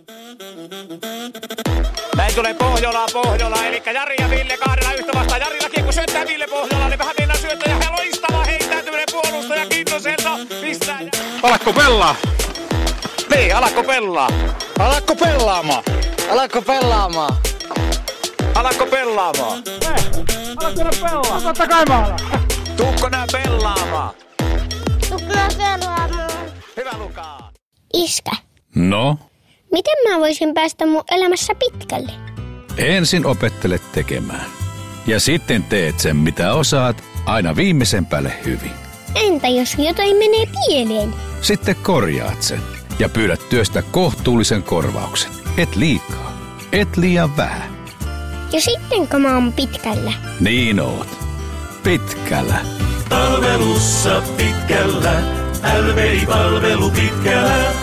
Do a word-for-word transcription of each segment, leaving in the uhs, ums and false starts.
Näin tulee Pohjola, Pohjola, eli Jari ja Ville kahdella yhtä vastaan. Jarilla kiekko syöttää Ville Pohjolalle, vähän mennään syöttöjä ja loistava heittäytyminen puolustaja, kiitos Enso, pistää. Alakko pelaa? Niin, alakko pelaa? Alakko pelaamaan? Alakko pelaamaan? Alakko pelaamaan? Eh, alakko nää pelaa? Totta kai mä alan. Tuukko nää pelaamaan? Tuukko nää pelaamaan? Hyvä Lukaa. Iskä. No? Miten mä voisin päästä mun elämässä pitkälle? Ensin opettele tekemään. Ja sitten teet sen, mitä osaat, aina viimeisen päälle hyvin. Entä jos jotain menee pieleen? Sitten korjaat sen ja pyydät työstä kohtuullisen korvauksen. Et liikaa, et liian vähän. Ja sittenkö mä oon pitkällä? Niin oot. Pitkällä. Palvelussa pitkällä. L V I-palvelu pitkällä.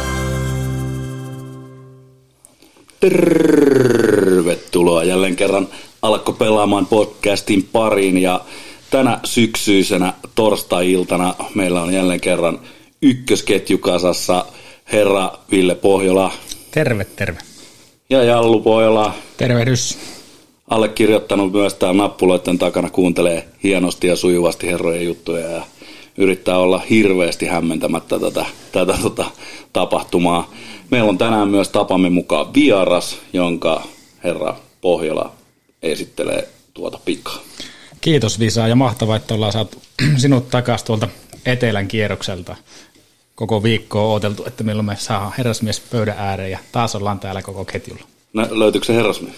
Tervetuloa jälleen kerran Alakko pelaamaan podcastin pariin ja tänä syksyisenä torstai-iltana meillä on jälleen kerran ykkösketju kasassa herra Ville Pohjola. Terve, terve. Ja Jallu Pohjola. Tervehdys. Allekirjoittanut myös täällä nappuloiden takana, kuuntelee hienosti ja sujuvasti herrojen juttuja ja yrittää olla hirveästi hämmentämättä tätä, tätä tota, tapahtumaa. Meillä on tänään myös tapamme mukaan vieras, jonka herra Pohjola esittelee tuota pikaa. Kiitos Visa ja mahtavaa, että ollaan saatu sinut takaisin tuolta etelän kierrokselta. Koko viikkoa on odoteltu, että milloin me saadaan herrasmies pöydän ääreen ja taas ollaan täällä koko ketjulla. No, löytyykö se herrasmies?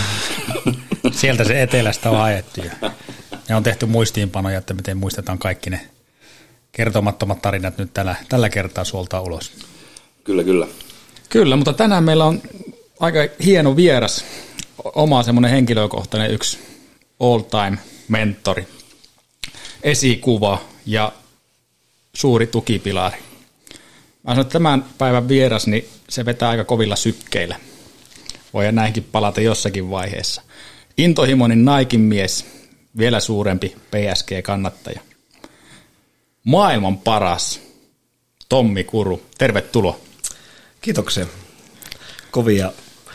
Sieltä se etelästä on ajettu ja, ja on tehty muistiinpanoja, että miten muistetaan kaikki ne kertomattomat tarinat nyt tällä, tällä kertaa suoltaa ulos. Kyllä, kyllä. Kyllä, mutta tänään meillä on aika hieno vieras, oma semmoinen henkilökohtainen yksi all-time mentori, esikuva ja suuri tukipilari. Mä sanon, että tämän päivän vieras, niin se vetää aika kovilla sykkeillä. Voidaan näinkin palata jossakin vaiheessa. Intohimoinen Naikin mies, vielä suurempi P S G-kannattaja. Maailman paras Tommi Kuru, tervetuloa. Kiitoksia. Kovia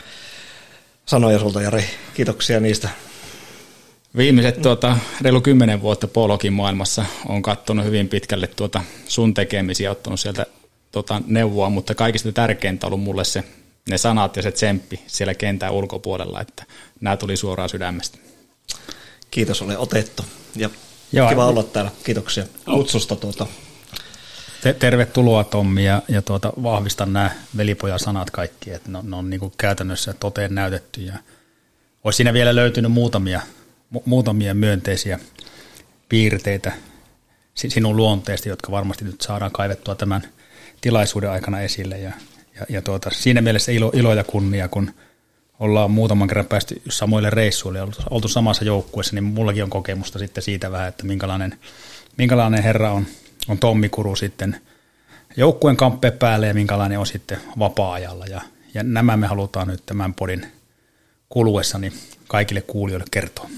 sanoja sulta, Jari. Kiitoksia niistä. Viimeiset tuota, reilu kymmenen vuotta Pologin maailmassa on katsonut hyvin pitkälle tuota sun tekemisiä, ottanut sieltä tuota neuvoa, mutta kaikista tärkeintä on ollut mulle se, ne sanat ja se tsemppi siellä kentän ulkopuolella, että nämä tuli suoraan sydämestä. Kiitos, ole otettu ja Joo, kiva olla täällä. Kiitoksia kutsusta. Tuota. Te, tervetuloa Tommi ja, ja tuota, vahvistan nämä velipojan sanat kaikki, että ne, ne on niin kuin käytännössä toteen näytetty ja olisi siinä vielä löytynyt muutamia, mu, muutamia myönteisiä piirteitä sinun luonteesta, jotka varmasti nyt saadaan kaivettua tämän tilaisuuden aikana esille ja, ja, ja tuota, siinä mielessä ilo, ilo ja kunnia, kun ollaan muutaman kerran päästy samoille reissuille ja oltu samassa joukkueessa, niin mullakin on kokemusta sitten siitä vähän, että minkälainen, minkälainen herra on on Tommi Kuru sitten joukkueen kamppeen päälle ja minkälainen on sitten vapaa-ajalla. Ja, ja nämä me halutaan nyt tämän podin kuluessa niin kaikille kuulijoille kertoa.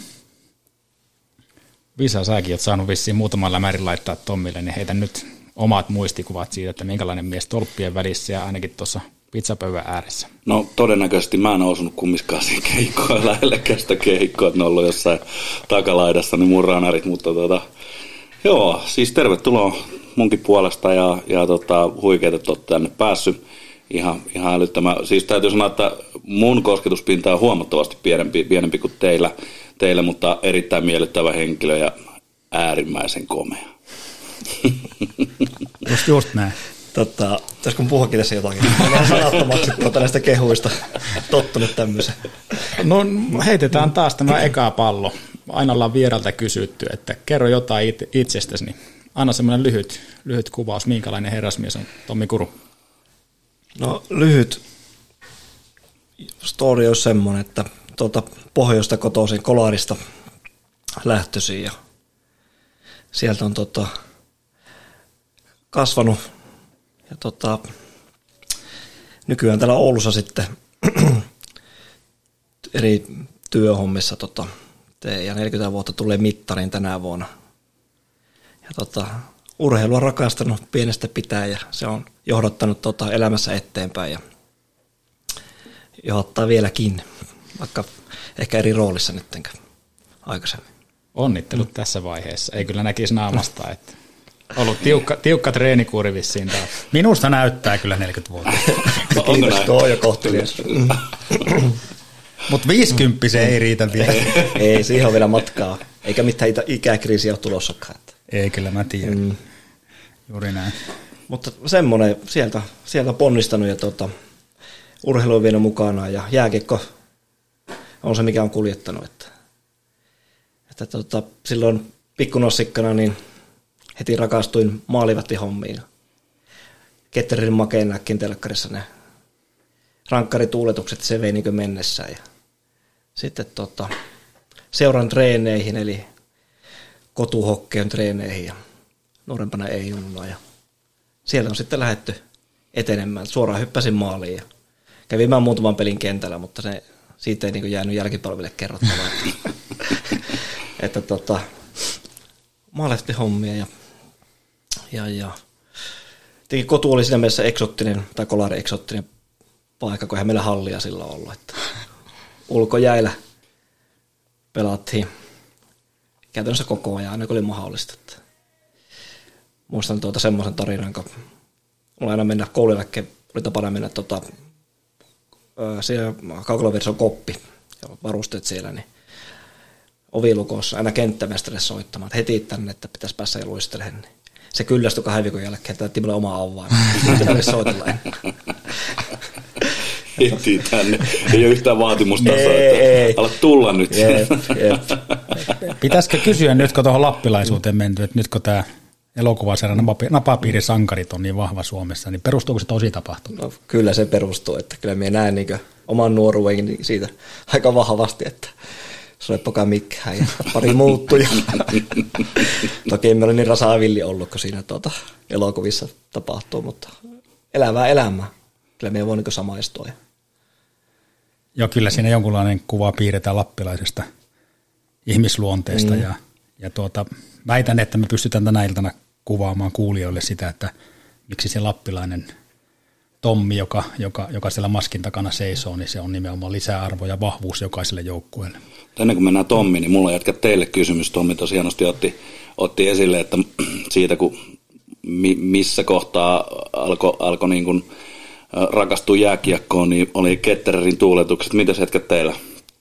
Visa, säkin oot saanut vissiin muutaman lämärin laittaa Tommille, niin heitä nyt omat muistikuvat siitä, että minkälainen mies tolppien välissä ja ainakin tuossa pizzapöydän ääressä. No todennäköisesti mä en osunut kummiskaan siinä keikkoa lähellekään sitä keikkoa, että ne on ollut jossain takalaidassa, niin mun ranarit, mutta tota... Joo, siis tervetuloa munkin puolesta ja, ja tota, huikeet, että olette tänne päässyt. Ihan, ihan älyttömän. Siis täytyy sanoa, että mun kosketuspinta on huomattavasti pienempi, pienempi kuin teillä, teillä, mutta erittäin miellyttävä henkilö ja äärimmäisen komea. Just, just näin. Tota, pitäisikö puhuakin tässä jotakin? Olen sanattomaksi tuota näistä kehuista tottunut tämmöiseen. No heitetään taas tämä eka pallo. Aina ollaan vieralta kysytty, että kerro jotain itsestäsi, niin anna semmoinen lyhyt, lyhyt kuvaus, minkälainen herrasmies on Tommi Kuru. No lyhyt story on semmoinen, että tuolta pohjoista kotoisin Kolarista lähtöisin ja sieltä on tota, kasvanut ja tota, nykyään täällä Oulussa sitten eri työhommissa tota, ja neljäkymmentä vuotta tulee mittariin tänä vuonna. Ja tota, urheilua rakastanut pienestä pitää ja se on johdattanut tota elämässä eteenpäin. Ja johottaa vieläkin, vaikka ehkä eri roolissa nyttenkö aikaisemmin. Onnittelut mm. tässä vaiheessa. Ei kyllä näkisi naamasta, että ollut tiukka, tiukka treenikuuri vissiin taas. Minusta näyttää kyllä neljäkymmentä vuotta. Kiitos, tuo on jo kohtelias. Mutta viisikymmentä se ei riitä vielä. Ei, siihen on vielä matkaa. Eikä mitään ikäkriisiä ole tulossakaan. Ei, kyllä mä tiedän. Mm. Juuri näin. Mutta semmoinen, sieltä, sieltä on ponnistanut ja tuota, urheilu on vienyt mukana ja jääkiekko on se, mikä on kuljettanut. Että, että tuota, silloin pikkunossikkana niin heti rakastuin maalivahtihommiin. Ketterin makeen näkkin telkkarissa ne rankkarituuletukset, se vei niin mennessä. Ja sitten tota, seuran treeneihin, eli kotuhokkeen treeneihin ja nuorempana ei junnulla. Ja siellä on sitten lähdetty etenemään. Suoraan hyppäsin maaliin ja kävin mä muutaman pelin kentällä, mutta se, siitä ei niin jäänyt jälkipalville kerrottavaa. että tota, maalehtihommia ja, ja, ja tietenkin kotu oli siinä mielessä eksottinen tai kolari eksottinen paikka, kun eihän meillä hallia sillä ollut. Että ulkojäillä pelattiin käytännössä koko ajan, aina kun oli mahdollista. Että muistan tuota semmoisen tarinan, kun mulla aina mennä koulujälkeen, oli tapana mennä tota, siellä Kaukalovirson koppi ja varusteet siellä, niin ovilukossa aina kenttämestarille soittamaan, että heti tänne, että pitäisi päässä ja luistelemaan. Niin se kyllästyi kahden viikon jälkeen, että täytti mulle omaa avain. Sitten tarvitsi soitella ennen. Heti tänne. Ei ole yhtään vaatimustasoa, että ala tulla nyt. Jep, jep. Pitäisikö kysyä nyt, kun tuohon lappilaisuuteen menty, että nyt kun tämä elokuvasarjan napapiirin sankarit on niin vahva Suomessa, niin perustuuko se tosi tapahtumaan? No, kyllä se perustuu, että kyllä minä näen niin oman nuoruuden siitä aika vahvasti, että se oli poka mikään ja pari muuttuja. Toki emme ole niin rasaavilli ollut, kun siinä tuota elokuvissa tapahtuu, mutta elävää elämää. Kyllä me voi niin samaistua. Joo, kyllä siinä jonkunlainen kuva piirretään lappilaisesta ihmisluonteesta mm. ja, ja tuota, väitän, että me pystytään tänä iltana kuvaamaan kuulijoille sitä, että miksi se lappilainen Tommi, joka, joka, joka siellä maskin takana seisoo, niin se on nimenomaan lisäarvo ja vahvuus jokaiselle joukkueelle. Ennen kuin mennään Tommi, niin mulla on jatka teille kysymys. Tommi tosi hienosti otti, otti esille, että siitä kun mi, missä kohtaa alkoi alko niin kuin rakastua jääkiekkoon, niin oli Ketterin tuuletukset. Mitäs hetket teillä?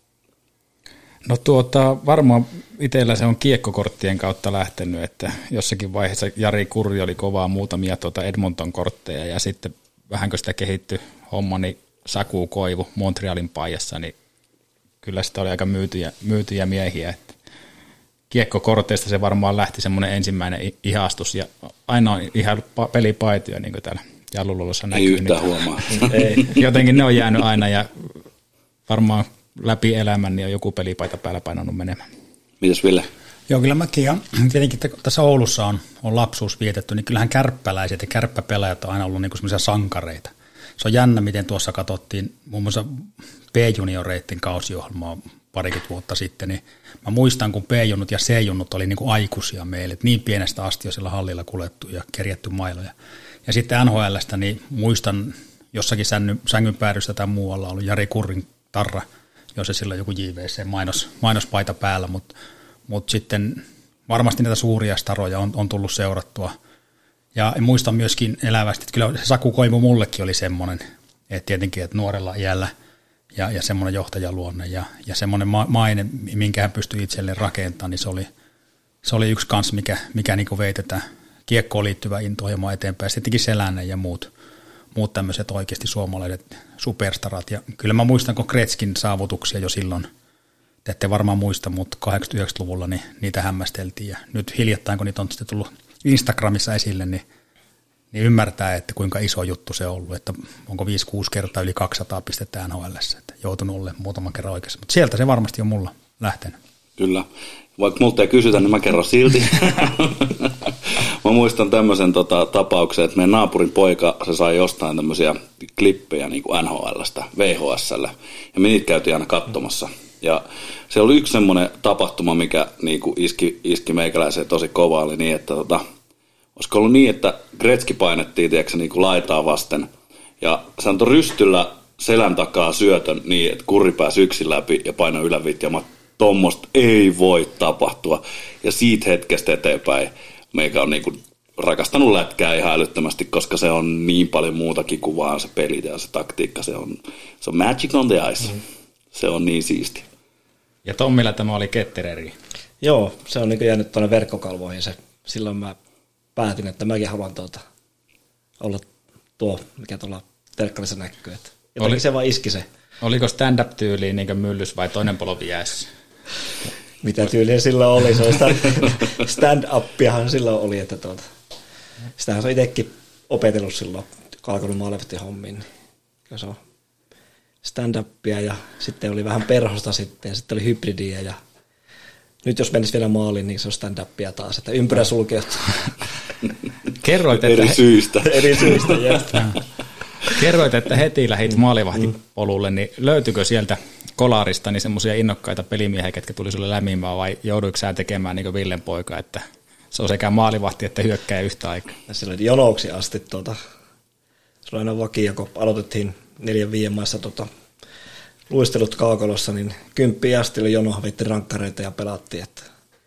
No tuota, varmaan itsellä se on kiekkokorttien kautta lähtenyt, että jossakin vaiheessa Jari Kurri oli kovaa muutamia tuota Edmonton-kortteja ja sitten vähän kun sitä kehittyi homma, niin Saku Koivu Montrealin paijassa, niin kyllä sitä oli aika myytyjä, myytyjä miehiä. Että kiekkokorteista se varmaan lähti semmoinen ensimmäinen ihastus ja aina on ihan pelipaitoja, niin kuin täällä Jallululossa näkyy. Ei yhtään huomaa. Ei, jotenkin ne on jäänyt aina ja varmaan läpi elämän niin on joku pelipaita päällä painanut menemään. Mitäs Ville? Joo, kyllä mäkin. Ja tietenkin tässä Oulussa on, on lapsuus vietetty, niin kyllähän kärppäläiset ja kärppäpelaajat on aina ollut niin kuin semmoisia sankareita. Se on jännä, miten tuossa katsottiin muun muassa B-junioreiden kausiohjelmaa parikymmentä vuotta sitten, niin mä muistan, kun B-junnut ja C-junnut oli niin kuin aikuisia meille, että niin pienestä asti jo sillä hallilla kuljettu ja kerjätty mailoja. Ja sitten N H L:stä niin muistan jossakin sängyn, sängyn päädystä tai muualla oli Jari Kurrin tarra, jos se sillä joku J V C-mainos, mainospaita päällä, mutta mut sitten varmasti näitä suuria staroja on, on tullut seurattua. Ja muistan myöskin elävästi, että kyllä se Saku Koivu mullekin oli semmoinen, että tietenkin, että nuorella iällä ja, ja semmoinen johtajaluonne ja, ja semmoinen ma- maine, minkä hän pystyi itselleen rakentamaan, niin se oli, se oli yksi kans, mikä, mikä niin vei tätä kiekkoon liittyvää intohjelmaa eteenpäin. Sitten tietenkin Selänne ja muut, muut tämmöiset oikeasti suomalaiset superstarat. Ja kyllä mä muistan, kun Gretzkin saavutuksia jo silloin, te ette varmaan muista, mutta kahdeksankymmentä-yhdeksänkymmentäluvulla niin niitä hämmästeltiin. Ja nyt hiljattain, kun niitä on sitten tullut Instagramissa esille, niin, niin ymmärtää, että kuinka iso juttu se on ollut. Että onko viisi kuusi kertaa yli kaksisataa pistettä N H L:ssä, että joutunut olemaan muutaman kerran oikeassa. Mutta sieltä se varmasti on mulla lähtenyt. Kyllä. Vaikka multa ei kysytä, niin mä kerron silti. Mä muistan tämmöisen tota, tapauksen, että meidän naapurin poika, se sai jostain tämmöisiä klippejä niin kuin N H L:stä, V H S:llä, ja me niitä käytiin aina katsomassa. Ja se oli yksi semmoinen tapahtuma, mikä niin kuin iski, iski meikäläiseen tosi kovaa, oli niin, että tota, olisiko ollut niin, että Gretzky painettiin tiedätkö, niin kuin laitaa vasten, ja se antoi rystyllä selän takaa syötön niin, että kurri pääsi yksin läpi ja painoi ylävit. Ja mä, tommoista ei voi tapahtua. Ja siitä hetkestä eteenpäin meikä on niinku rakastanut lätkää ihan älyttömästi, koska se on niin paljon muutakin kuin vaan se peli ja se taktiikka. Se on, se on magic on the ice. Mm. Se on niin siisti. Ja Tommilla tämä oli kettereri. Joo, se on niin jäänyt tuonne verkkokalvoihin. Se. Silloin mä päätin, että mäkin haluan tuota, olla tuo, mikä tuolla telkkarissa näkyy. Että jotenkin oli, se vaan iski se. Oliko stand-up-tyyliin niin myllys vai toinen polvi jäässä? Mitä tyyliä sillä oli? Se stand-upiahan silloin oli. Että tuota, sitähän se on itsekin opetellut silloin, kun alkanut maalevahtin hommiin. Niin se on stand-upia ja sitten oli vähän perhosta sitten ja sitten oli hybridiä ja nyt jos menisi vielä maaliin, niin se on stand-upia taas, että ympyrä sulkeutuu. Kerroit, että eri syistä. eri syistä, Kerroit, että heti lähdit maalivahtipolulle, niin löytyykö sieltä kolarista niin semmoisia innokkaita pelimiehiä, ketkä tuli sulle lämimään, vai jouduiko sä tekemään niin kuin Villen poika, että se on sekä maalivahti että hyökkääjä yhtä aikaa? Siellä oli jonoksi asti, tuota, se oli aina vakia, kun aloitettiin neljän viiden maissa tuota, luistelut kaukalossa, niin kymppiä asti oli jono, veitti rankkareita ja pelattiin, että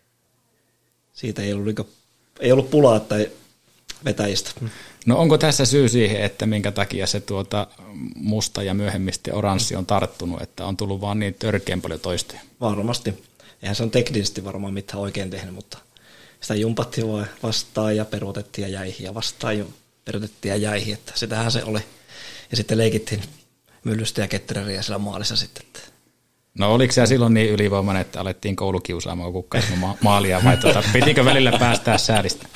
siitä ei ollut, ei ollut pulaa tai vetäjistä. No onko tässä syy siihen, että minkä takia se tuota musta ja myöhemmin oranssi on tarttunut, että on tullut vaan niin törkeän paljon toistoja? Varmasti. Eihän se on teknisesti varmaan mitään oikein tehnyt, mutta sitä jumpattiin vaan vastaan ja peruutettiin ja jäihin ja vastaan ja peruutettiin ja jäihin, että sitähän se oli. Ja sitten leikittiin Myllystä ja Kettereriä siellä maalissa sitten. No oliko se silloin niin ylivoimainen, että alettiin koulukiusaamaan kukkaan ma- maalia vai tuota, pitikö välillä päästää säälistä?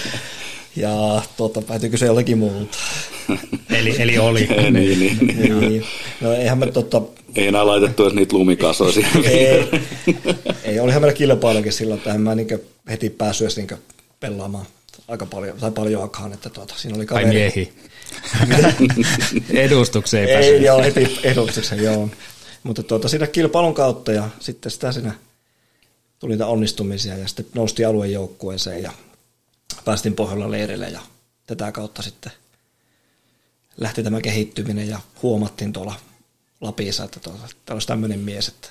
Ja tuota, päätyykö se jollakin muuta? eli, eli oli. niin, niin, niin. niin. No eihän me tota... Ei enää laitettu edes niitä lumikasoja siihen. ei, ei, olihan meillä kilpailukin silloin, että en mä niin heti päässyt edes niin pelaamaan aika paljon, tai paljon aikaan, että tuota, siinä oli kaveri. Ai miehi. Edustukseen ei päässyt. Ei, joo, heti edustuksen, joo. Mutta tuota, siinä kilpailun kautta ja sitten sitä siinä tuli niitä onnistumisia ja sitten noustiin aluejoukkueeseen ja päästiin Pohjolan leirille ja tätä kautta sitten lähti tämä kehittyminen ja huomattiin tuolla Lapissa, että tuolla olisi tämmöinen mies. Että.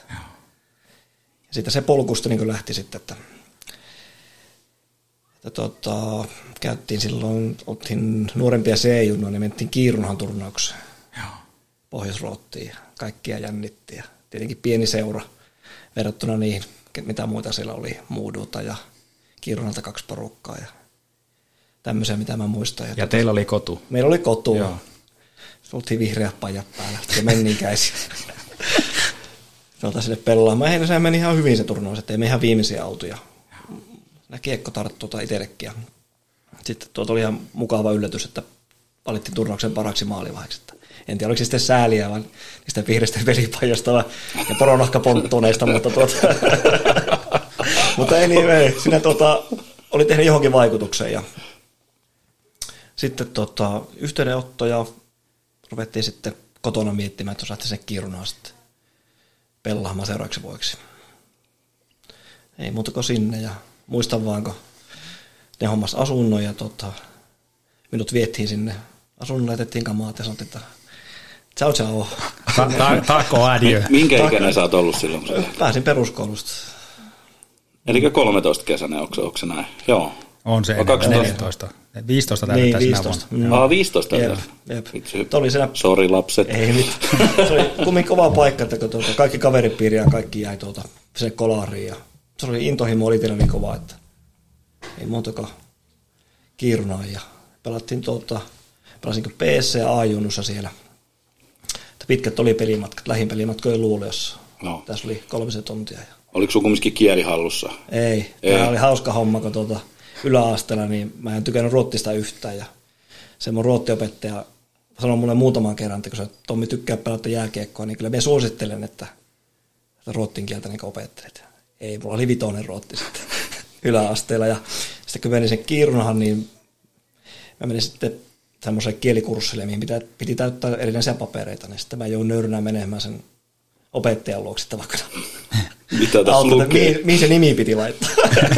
Ja sitten se polkusta niin lähti sitten, että, että tuota, käyttiin silloin, oltiin nuorempia C-junnoja, niin mentiin Kiirunhan turnaukseen Pohjois-Ruottiin ja kaikkia jännittiin. Ja tietenkin pieni seura verrattuna niihin, mitä muita siellä oli, Muuduta ja Kiirunalta kaksi porukkaa ja tämmöisiä, mitä mä muistan. Ja, ja tuota, teillä oli kotu? Meillä oli kotu. Joo. Oltiin vihreät pajat päällä ja mennin käisiä. Tuolta sille pelaamaan. Eihän se meni ihan hyvin se turnaus, ettei me ihan viimeisiä autoja. Nää kiekko tarttui tuota itsellekin. Sitten tuolta oli ihan mukava yllätys, että valittiin turnauksen paraksi maalivahdeksi. En tiedä, oliko se sitten sääliä, vaan niistä vihreistä velipajasta ja poronahkaponttuneista, mutta, tuota, mutta ei niin, ei. Siinä tuota, oli tehnyt johonkin vaikutuksen. Ja sitten tuota, yhteydenottoja ruvettiin sitten kotona miettimään, että jos lähti sen Kiirunaan sitten pelaamaan seuraavaksi vuoksi. Ei muuta kuin sinne ja muistan vaan, kun ne hommas asunnon ja tuota, minut viettiin sinne asunnon, laitettiin kamaat ja sanottiin, että ciao ciao. Tako adieu. Minkä ikäinen sä oot ollut silloin? Pääsin peruskoulusta. Eli kolmetoista kesänä, onko, onko se näin? Joo. On se neljätoista. viisitoista täytetään niin, sinä vuonna. Mm. Ah, viisitoista täytetään. Sori lapset. Ei mitään. Se oli kummin kova paikka, että kun tuota, kaikki kaveripiiri ja kaikki jäi tuota, sinne kolariin. Ja se oli intohimo oli vielä niin kova, että ei muuta Kiirunaan. Ja pelattiin tuota, pelasinko P C ja A-junnussa siellä. Pitkät oli pelimatkat, lähin pelimatkoja Luuliossa. No. Tässä oli kolmisen tuntia. Oliko sun kumminkin kieli hallussa? Ei. Ei. Tämä oli hauska homma, kun tuota yläasteella, niin mä en tykännyt ruottista yhtään. Ja se mun ruottiopettaja sanoi mulle muutaman kerran, että kun sä Tommi tykkää pelata jääkiekkoa, niin kyllä mä suosittelen, että, että ruottin kieltä niin opettelet. Ei, mulla oli vitoinen ruotti sitten yläasteella. Ja sitten kun menin sen Kiirunahan, niin mä menin sitten semmoiselle kielikurssille, mihin piti, piti täyttää erinäisiä papereita, niin sitten mä joudun nöyrynä menemään sen opettajan luokse, että vaikka mitä tässä lukee? Mihin, mihin se nimi piti laittaa.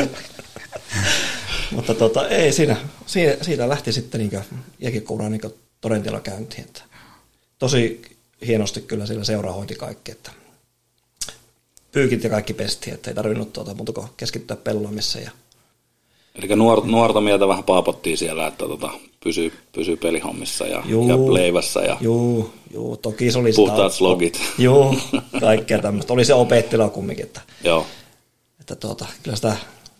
Mutta tota, ei siinä, siitä, siitä lähti sitten niin jääkiekkouraan niin todentilla käyntiin. Että tosi hienosti kyllä sillä seuraa hoiti kaikki, että pyykit ja kaikki pestiin, että ei tarvinnut tuota muuta kuin keskittyä pelloamissa. Ja... Eli nuor, nuorta mieltä vähän paapottiin siellä, että tota, pysyy, pysyy pelihommissa ja, ja leivässä. Ja juu, juu, toki se oli puhtaat slogit. Juu, kaikkea tämmöistä. Oli se opettila kumminkin, että, Joo. että tuota, kyllä sitä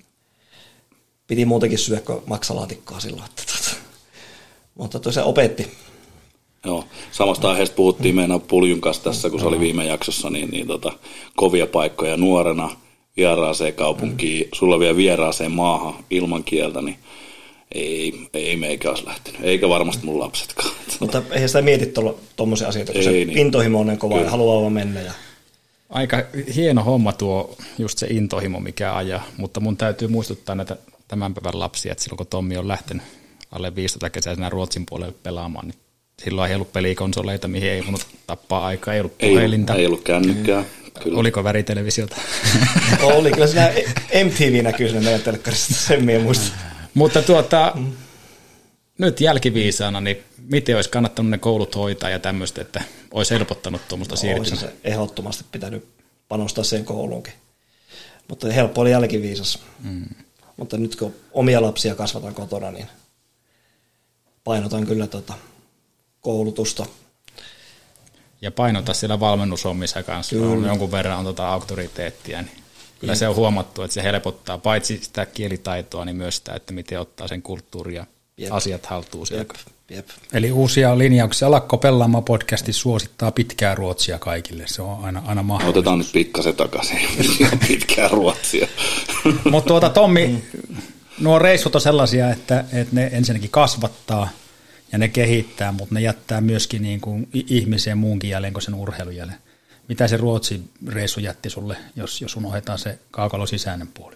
piti muutenkin syödä kuin maksalaatikkoa silloin. Että tuota, mutta tuo se opetti. Joo, samasta aiheesta puhuttiin meidän Puljun kanssa tässä, kun se oli viime jaksossa, niin, niin tota, kovia paikkoja nuorena vieraaseen kaupunkiin, mm. sulla vielä vieraaseen maahan ilman kieltä, niin ei, ei meikä olisi lähtenyt, eikä varmasti mun lapsetkaan. Mutta eihän sitä mieti tuommoisia asioita, kun ei, se niin. Intohimo on kova ja haluaa vaan mennä. Ja... Aika hieno homma tuo just se intohimo, mikä ajaa, mutta mun täytyy muistuttaa näitä tämän päivän lapsia, että silloin kun Tommi on lähtenyt alle viisitoista kesäisenä Ruotsin puolelle pelaamaan, niin silloin ei ollut pelikonsoleita, mihin ei voinut tappaa aikaa, ei ollut puhelinta. Ei, ei ollut kännykkää. Kyllä. Oliko väritelevisiota? Oli, kyllä siinä M T V näkyy siinä meidän telkkarissa, sen minä muistan. Mutta tuota, mm. nyt jälkiviisaana, niin miten olisi kannattanut ne koulut hoitaa ja tämmöistä, että olisi helpottanut tuommoista no, siirtymää? Olisi se ehdottomasti pitänyt panostaa siihen kouluunkin. Mutta helppo oli jälkiviisas. Mm. Mutta nyt kun omia lapsia kasvataan kotona, niin painotan kyllä tuota koulutusta. Ja painota siellä valmennushommissa kanssa, on jonkun verran on tuota auktoriteettia, niin kyllä jep. Se on huomattu, että se helpottaa paitsi sitä kielitaitoa, niin myös sitä, että miten ottaa sen kulttuuri ja jep. asiat haltuun siellä. Jep. Jep. Eli uusia linjauksia. Alakko Pelaamaan podcasti suosittaa pitkää ruotsia kaikille, se on aina, aina mahdollista. Otetaan nyt pikkasen takaisin, pitkää ruotsia. Mutta tuota, Tommi, nuo reissut on sellaisia, että, että ne ensinnäkin kasvattaa, ja ne kehittää, mutta ne jättää myöskin niin kuin ihmisen muunkin jälleen kuin sen urheilujälleen. Mitä se Ruotsin reissu jätti sulle, jos, jos unohdetaan se kaukalon sisäinen puoli?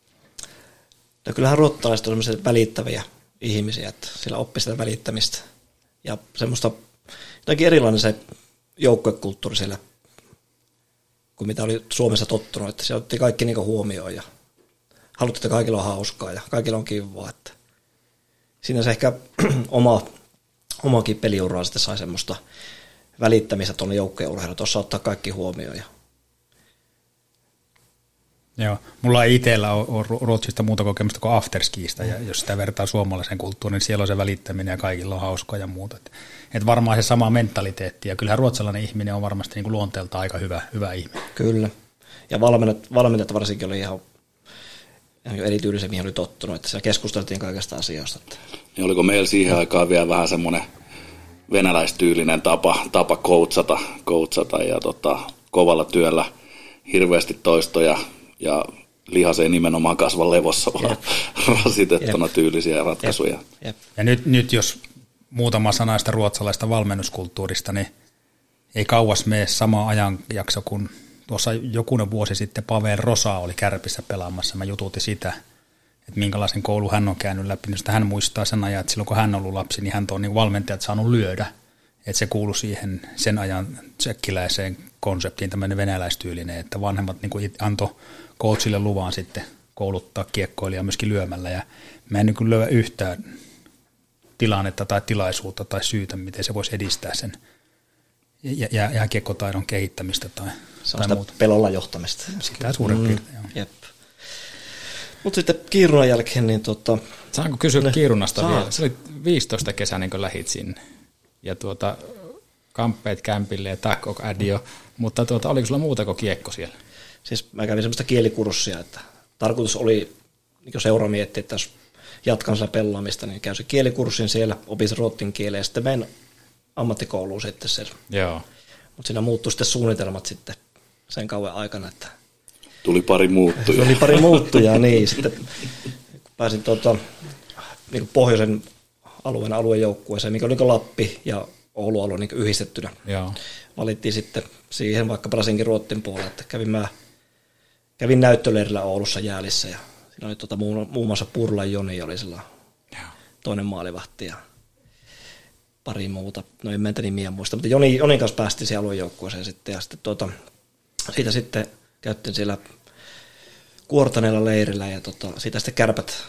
No kyllähän ruottalaiset on sellaisia välittäviä ihmisiä, että sillä oppi sitä välittämistä. Ja semmoista jotenkin erilainen se joukkuekulttuuri siellä, kuin mitä oli Suomessa tottunut, että se otti kaikki niin huomioon ja haluttiin, että kaikilla on hauskaa ja kaikilla on kivaa. Että siinä se ehkä oma omakin peliuraa sitten sai semmoista välittämistä tuonne joukkojen urheiluun, tuossa ottaa kaikki huomioon. Ja... Joo, mulla ei itsellä ole Ruotsista muuta kokemusta kuin afterskiista, ja jos sitä vertaa suomalaisen kulttuuriin, niin siellä on se välittäminen ja kaikilla on hauskaa ja muuta. Et, et varmaan se sama mentaliteetti, ja kyllähän ruotsalainen ihminen on varmasti niin kuin luonteelta aika hyvä, hyvä ihminen. Kyllä, ja valmennat, valmennat varsinkin oli ihan erityylisen, mihin oli tottunut, että siellä keskusteltiin kaikista asioista. Niin oliko meillä siihen aikaan vielä vähän semmoinen venäläistyylinen tapa, tapa coachata, coachata ja tota, kovalla työllä hirveästi toistoja ja lihaseen nimenomaan kasvan levossa vaan rasitettuna Jep. tyylisiä ratkaisuja. Jep. Jep. Ja nyt, nyt jos muutama sanaista ruotsalaista valmennuskulttuurista, niin ei kauas mene sama ajanjakso kuin tuossa jokunen vuosi sitten Pavel Rosa oli Kärpissä pelaamassa. Mä jututin sitä, että minkälaisen koulun hän on käynyt läpi. Niin hän muistaa sen ajan, että silloin kun hän on ollut lapsi, niin hän on niin valmentajat saanut lyödä. Että se kuului siihen sen ajan tsekkiläiseen konseptiin, tämmöinen venäläistyylinen, että vanhemmat niin kuin antoi coachille luvan sitten kouluttaa kiekkoilijaa myöskin lyömällä. Ja mä en niin kuin löydä yhtään tilannetta tai tilaisuutta tai syytä, miten se voisi edistää sen jääkiekkotaidon kehittämistä tai, se tai sitä muuta. Pelolla johtamista. Sitä suurin mm, piirtein, joo. Mutta sitten Kiirunan jälkeen, niin tota... Saanko kysyä ne, Kiirunasta saat. vielä? Se oli viisitoista kesänä, kun lähit sinne. Ja tuota, kamppeet kämpille ja takkok adio. Mutta tuota, oliko sulla muuta kuin kiekko siellä? Siis mä kävin semmoista kielikurssia, että tarkoitus oli, niin seura mietti, että jos jatkan sitä pelaamista, niin käy se kielikurssin siellä, opin se ruotsin kielen ja sitten menen ammattikouluun sitten sen. Joo. Mutta siinä muuttui sitten suunnitelmat sitten sen kauan aikana, että... Tuli pari muuttujaa. Tuli pari muuttujaa, niin. Sitten pääsin tuota, niin pohjoisen alueen aluejoukkueeseen, mikä oli niin Lappi ja Oulu alue niin yhdistettynä. Joo. Valittiin sitten siihen vaikka Brasinkin Ruottin puolella, että kävin, mä, kävin näyttöleirillä Oulussa Jäälissä ja siinä oli tuota, muun, muun muassa Purlan Joni oli sillä toinen maalivahti ja pari muuta, no en mentä nimiä muista, mutta Joni, Jonin kanssa päästiin siihen aluejoukkueeseen sitten ja sitten tuota, siitä sitten käyttiin siellä Kuortaneella leirillä ja tota, siitä sitten Kärpät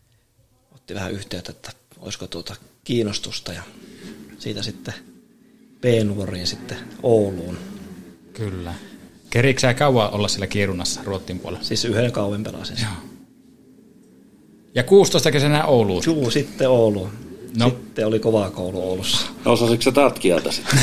otti vähän yhteyttä, että olisiko tuota kiinnostusta ja siitä sitten B-nuoriin sitten Ouluun. Kyllä. Kerikö sä kauan olla siellä Kiirunassa Ruotsin puolella? Siis yhden kauan pelasin. Joo. Ja kuusitoista kesänä Ouluun? Juu, sitten Ouluun. No. Sitten oli kova koulu Oulussa. No osasitko sä täältä kieltä sitten?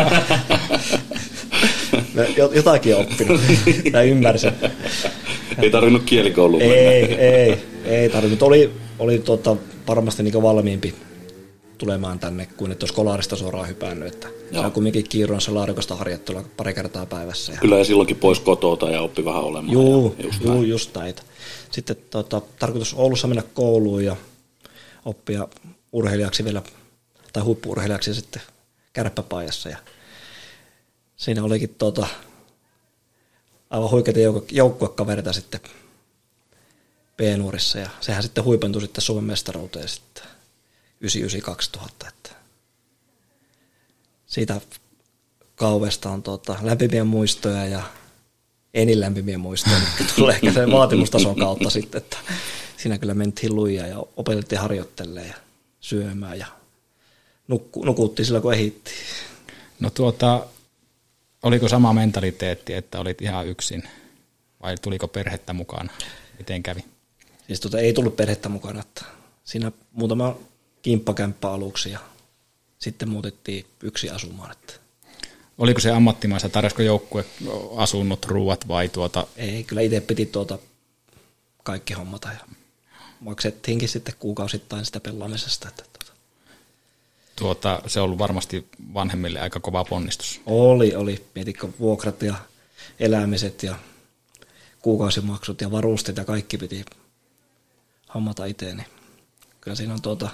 Jotakin oppinut. Mä ymmärsin. Ei tarvinnut kielikouluun ei, mennä. Ei, ei tarvinnut. Oli, oli tota, varmasti niin valmiimpi tulemaan tänne, kuin että olisi Kolarista suoraan hypännyt. Että se on kumminkin Kiirunassa laadukasta harjoittelua pari kertaa päivässä. Kyllä ja silloinkin pois kotota ja oppi vähän olemaan. Juu, just, juu, just näitä. Sitten tota, tarkoitus Oulussa mennä kouluun ja oppia urheilijaksi vielä, tai huippu-urheilijaksi sitten kärppäpaijassa. Ja siinä olikin tota, aivan huikeita jouk- joukkuekaverita sitten B-nuorissa, ja sehän sitten huipentui sitten Suomen mestaruuteen sitten yhdeksänkymmentäyhdeksän kaksituhatta. Että siitä kaudesta on tota, lämpimiä muistoja ja ei niin lämpimiä muistoja, mitkä tulee ehkä sen vaatimustason kautta sitten, että siinä kyllä mentiin lujia ja opetettiin harjoittelemaan ja syömään ja nukku, nukuttiin sillä kun ehittiin. No tuota, oliko sama mentaliteetti, että olit ihan yksin vai tuliko perhettä mukana? Miten kävi? Siis tuota, ei tullut perhettä mukana, että siinä muutama kimppakämppä aluksi ja sitten muutettiin yksi asumaan. Että oliko se ammattimaista, tarjosko joukkue asunnot, ruuat vai tuota? Ei, kyllä itse piti tuota kaikki hommata ja maksettiinkin sitten kuukausittain sitä pelaamisesta. Että tuota. Tuota, se on ollut varmasti vanhemmille aika kova ponnistus. Oli, oli. Mietitkö vuokrat ja elämiset ja kuukausimaksut ja varusteet ja kaikki piti hommata itse. Niin kyllä siinä on tuota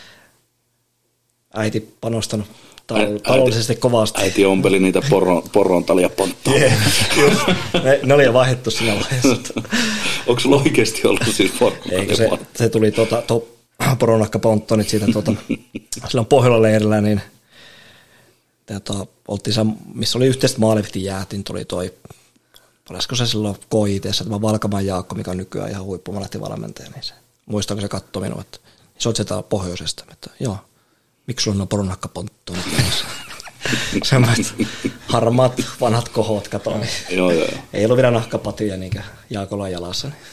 äiti panostanut tal- taloudellisesti äiti, kovasti. Äiti ompeli niitä poron, porontalia ponttoja. Yeah, ne, ne oli jo vaihdettu siinä vaiheessa. Onko sulla oikeasti ollut siis porontalia? Eikö se, se tuli tuota, to, poronakkaponttonit siitä tuota, silloin Pohjola-leirillä, niin tuota, oltiin, missä oli yhteiset maalivihtin jäät, niin tuli toi, olisiko se silloin K I T:ssä, tämä Valkaman Jaakko, mikä on nykyään ihan huippumalehtivalmentaja, niin se, muistaako se katsoi minua, että se on sieltä pohjoisesta, että joo, miksi sulla on poronakkaponttonit jäljessä? Semmoiset harmaat vanhat kohot katoin. Niin joo, joo. Ei ollut vielä nahkapatia niinkä Jaakolan jalassa. Niin.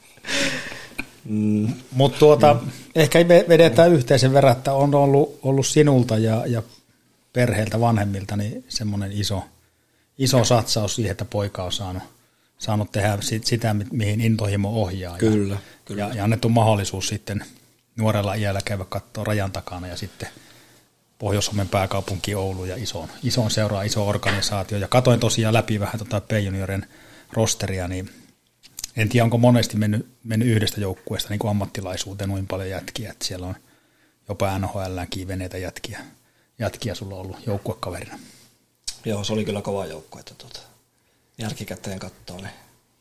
Mm. Mutta tuota, mm. ehkä vedetään yhteisen verran, että on ollut, ollut sinulta ja, ja perheeltä vanhemmilta niin semmoinen iso, iso satsaus siihen, että poika on saanut, saanut tehdä sit, sitä, mihin intohimo ohjaa. Kyllä, ja, kyllä. Ja, ja annettu mahdollisuus sitten nuorella iällä käydä katsoa rajan takana ja sitten Pohjois-Suomen pääkaupunki Oulu ja isoon, isoon seuraa, iso organisaatio. Ja katoin tosiaan läpi vähän tota P-juniorin rosteria, niin en tiedä, onko monesti mennyt, mennyt yhdestä joukkueesta niin kuin ammattilaisuuteen noin paljon jätkiä, että siellä on jopa N H L:nkin veneitä jätkiä, jätkiä sulla on ollut joukkuekaverina. Joo, se oli kyllä kova joukkue, että tuota, jälkikäteen katsoo, niin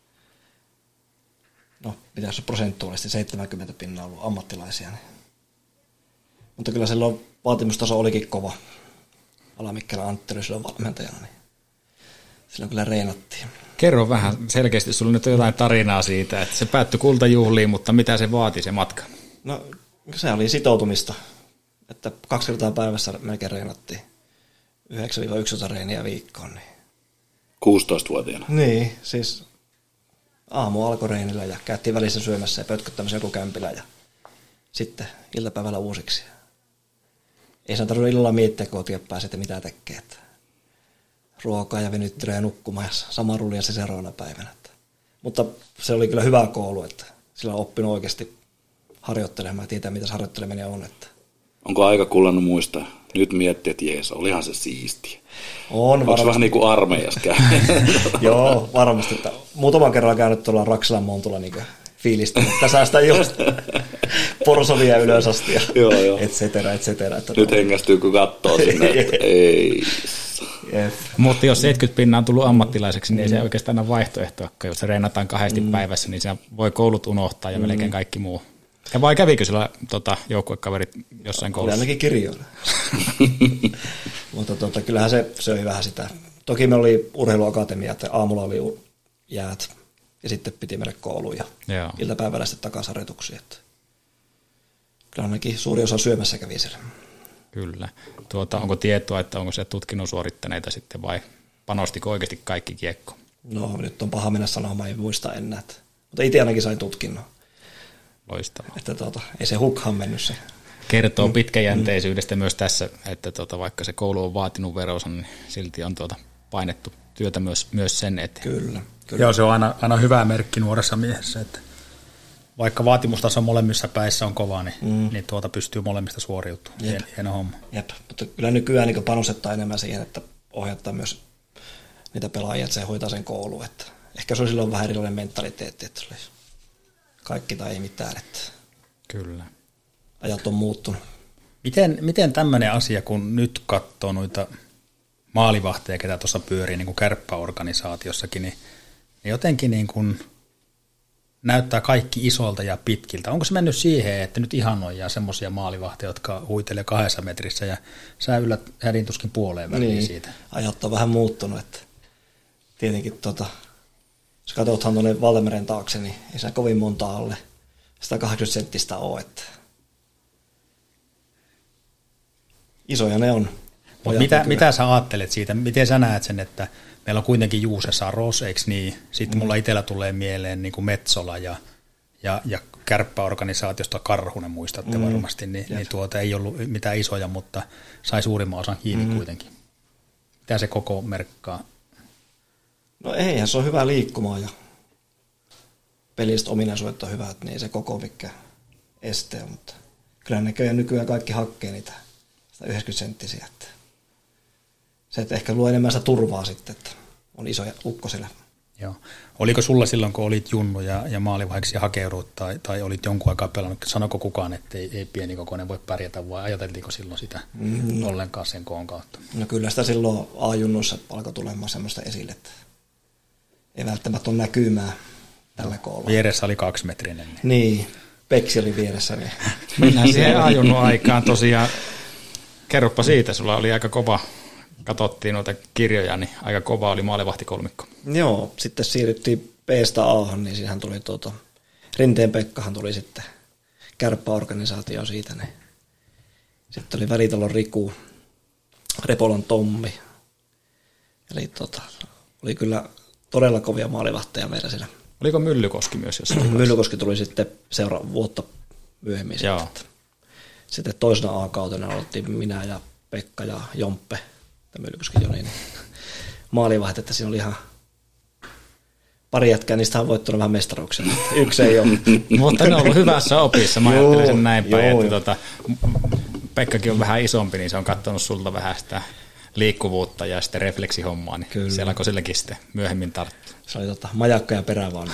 no, pitäisi prosentuaalisesti seitsemänkymmentä pinnaa ollut ammattilaisia. Niin. Mutta kyllä silloin vaatimustaso olikin kova. Ala-Mikkelän Antti oli silloin valmentajana, niin silloin kyllä reenattiin. Kerro vähän selkeästi, sulla nyt on jotain tarinaa siitä, että se päättyi kultajuhliin, mutta mitä se vaati se matka? No se oli sitoutumista, että kaksi kertaa päivässä melkein reenattiin. yhdeksän yksitoista reeniä viikkoon. Niin. kuusitoistavuotiaana? Niin, siis aamu alkoi reenillä ja käytiin välissä syömässä ja pötköttämässä joku kämpillä ja sitten iltapäivällä uusiksi. Ei se tarvitse illalla miettiä, kun otin pääse, että mitä tekee. Että ruokaa ja venyttelyä ja nukkumaan ja sama rulia se seuraavana päivänä. Että. Mutta se oli kyllä hyvä koulu, että sillä on oppinut oikeasti harjoittelemaan ja tietää, mitä se harjoitteleminen on. Että. Onko aika kullannut muistaa? Nyt miettii, että jees, olihan se siistiä. On varmasti. Onko vähän niin kuin armeijassa käy? Joo, varmasti. Että muutaman kerran käynyt tuolla Raksilan Montulla niin fiilistä, mutta säästää just porsovia ylös asti ja joo, joo. et cetera, et cetera. Että nyt hengästyy, kun katsoo sinne, että ei. Yes. Mutta jos seitsemänkymmentä pinnaa on tullut ammattilaiseksi, niin ei se oikeastaan ole vaihtoehtoa. Jos se reenataan kahdesti mm. päivässä, niin se voi koulut unohtaa ja mm. melkein kaikki muu. Ja vai kävikö sillä tota, joukkuekaverit jossain koulussa? Kyllä ainakin kirjoilla. Mutta tota, kyllähän se söi vähän sitä. Toki me oli urheiluakatemia, että aamulla oli jäät ja sitten piti mennä kouluun ja Joo. iltapäivällä sitten takaisin harjoituksiin. Kyllä ainakin suuri osa syömässä kävi siellä. Kyllä. Tuota, onko tietoa, että onko se tutkinnon suorittaneita sitten vai panostiko oikeasti kaikki kiekko? No nyt on paha mennä sanomaan, ei muista enää. Mutta itse ainakin sain tutkinnon. Loistavaa. Että tuota, ei se hukkaan mennyt se. Kertoo mm. pitkäjänteisyydestä mm. myös tässä, että tuota, vaikka se koulu on vaatinut veronsa, niin silti on tuota painettu työtä myös, myös sen eteen. Kyllä, kyllä. Joo, se on aina, aina hyvä merkki nuoressa miehessä, että vaikka vaatimustaso molemmissa päissä on kova, niin, mm. niin tuota pystyy molemmista suoriutumaan. Jep. Hieno homma. Jep, mutta kyllä nykyään niin panostetaan enemmän siihen, että ohjattaa myös niitä pelaajia, että se hoitaa sen kouluun. Että ehkä se on silloin vähän erilainen mentaliteetti, että olisi kaikki tai ei mitään. Että kyllä. Ajat on muuttunut. Miten, miten tämmöinen asia, kun nyt katsoo noita maalivahteja, ketä tuossa pyörii niin kuin kärppäorganisaatiossakin, niin, niin jotenkin niin kuin näyttää kaikki isolta ja pitkiltä. Onko se mennyt siihen, että nyt ihannoidaan semmoisia maalivahteja, jotka huitelee kahdessa metrissä ja sä yllät hädintuskin puoleen väliin niin, siitä? Ajat on vähän muuttunut. Että tietenkin tota, jos katsothan tuonne Valtameren taakse, niin ei se kovin monta alle sata kahdeksankymmentä senttistä ole. Että isoja ne on. Mitä, mitä sä ajattelet siitä? Miten sä näet sen, että meillä on kuitenkin Juusessa Ros, eikö niin? Sitten mm. mulla itsellä tulee mieleen niin kuin Metsola ja, ja, ja kärppäorganisaatiosta Karhunen, muistatte mm. varmasti, niin, niin tuota ei ollut mitään isoja, mutta sai suurimman osan kiinni mm. kuitenkin. Mitä se koko merkkaa? No eihän, se on hyvä liikkumaa ja pelistä ominaisuudet on hyvät, niin ei se koko mikä este on, mutta kyllä näköjään nykyään kaikki hakkee niitä yhdeksänkymmentä senttisiä. Että se, että ehkä luo enemmän sitä turvaa sitten, että on isoja ukkosille. Joo. Oliko sulla silloin, kun olit junnu ja, ja maalivahdeksi hakeudut tai, tai olit jonkun aikaa pelannut, sanoko kukaan, että ei, ei pienikokoinen voi pärjätä, vai ajateltiinko silloin sitä mm. ollenkaan sen koon kautta? No kyllä sitä silloin A-junnussa alkoi tulemaan semmoista esille, että ei välttämättä ole näkymää tällä koolla. Vieressä oli kaksimetrinen. Niin, niin Peksi oli vieressä. Niin. Mennään siihen A-junnun aikaan tosiaan. Kerropa siitä, sulla oli aika kova, katsottiin noita kirjoja, niin aika kova oli maalivahtikolmikko. Joo, sitten siirryttiin B:stä A:han, niin siinähän tuli tuota, Rinteen Pekkahan tuli sitten kärppäorganisaatio siitä. Niin. Sitten oli Välitalon Riku, Repolon Tommi. Eli tota, oli kyllä todella kovia maalivahteja meillä siellä. Oliko Myllykoski myös jossain? Myllykoski tuli sitten seuraava vuotta myöhemmin. Joo. Sitten. Sitten toisena A-kautena oltiin minä ja Pekka ja Jomppe, tämä Myllykoski Joni, niin maalivahdet, että siinä oli ihan pari jätkää, niistä on voittanut vähän mestaruuksia. Yksi ei ole. Mutta ne on ollut hyvässä opissa, mä ajattelin sen näin päin, että tuota, Pekkakin on vähän isompi, niin se on katsonut sulta vähän sitä liikkuvuutta ja sitten refleksihommaa, niin kyllä. Siellä alkoi silläkin sitten myöhemmin tarttua. Se oli tota, majakka ja perävaunu.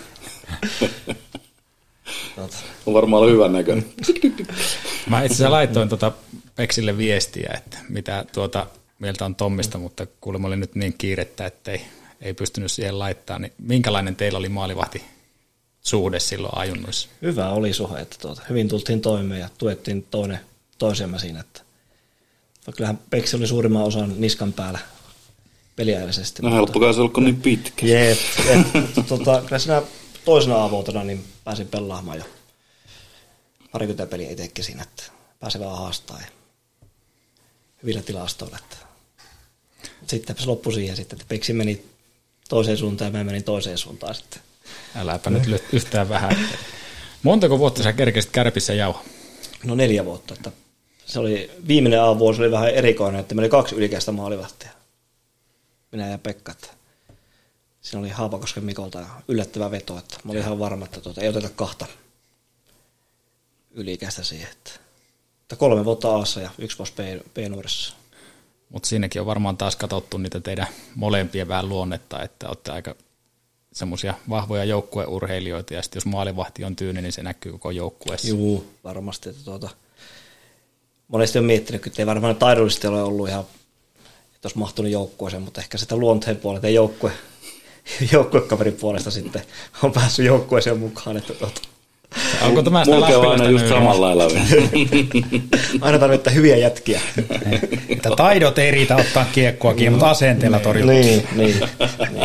Tota. On varmaan ollut hyvän näköinen. Mä itse asiassa laitoin tuota Peksille viestiä, että mitä tuota mieltä on Tommista, mutta kuulemma oli nyt niin kiirettä, että ei, ei pystynyt siihen laittaa. Niin minkälainen teillä oli maalivahti suhde silloin ajunnoissa? Hyvä oli suhde, että tuota, hyvin tultiin toimeen ja tuettiin toinen toisemme siinä. Että kyllähän Peksi oli suurimman osan niskan päällä peliäisesti. No helppokaa se olko niin pitkä. Jep, et, tota, kyllä siinä toisena aavuotena niin pääsin pelaamaan jo parikymmentä peliä itsekin siinä, että pääsin vähän haastaa ja hyvillä tilastoilla. Sitten se loppui siihen sitten, että Peksi meni toiseen suuntaan ja mä menin toiseen suuntaan sitten. Äläpä nyt yhtään vähän. Montako vuotta sä kerkesit Kärpissä jauhaa? No neljä vuotta. Että se oli, viimeinen A-vuosi oli vähän erikoinen, että meillä oli kaksi ylikäistä maalivahtia. Minä ja Pekka. Että siinä oli Haapakosken Mikolta yllättävä veto, että mä olin ihan varma, että tuota, ei oteta kahta ylikäistä siihen. Että, että kolme vuotta A:ssa ja yksi vuosi B-nuorissa. Mutta siinäkin on varmaan taas katsottu niitä teidän molempien vähän luonnetta, että olette aika semmoisia vahvoja joukkueurheilijoita, ja sitten jos maalivahti on tyyni, niin se näkyy koko joukkueessa. Joo, varmasti. Että tuota, monesti on miettinyt, että ei varmaan taidollisesti ole ollut ihan, että olisi mahtunut joukkueeseen, mutta ehkä sitä luonteen puolelta ja joukkue, joukkuekaverin puolesta sitten on päässyt joukkueeseen mukaan. Että tuota. Onko tämä sitä Mulkea on aina just samalla lailla. Aina tarvittaa hyviä jätkiä. Että taidot ei riitä ottaa kiekkoa kiinni, mutta asenteella torjuttu. Niin, niin, niin.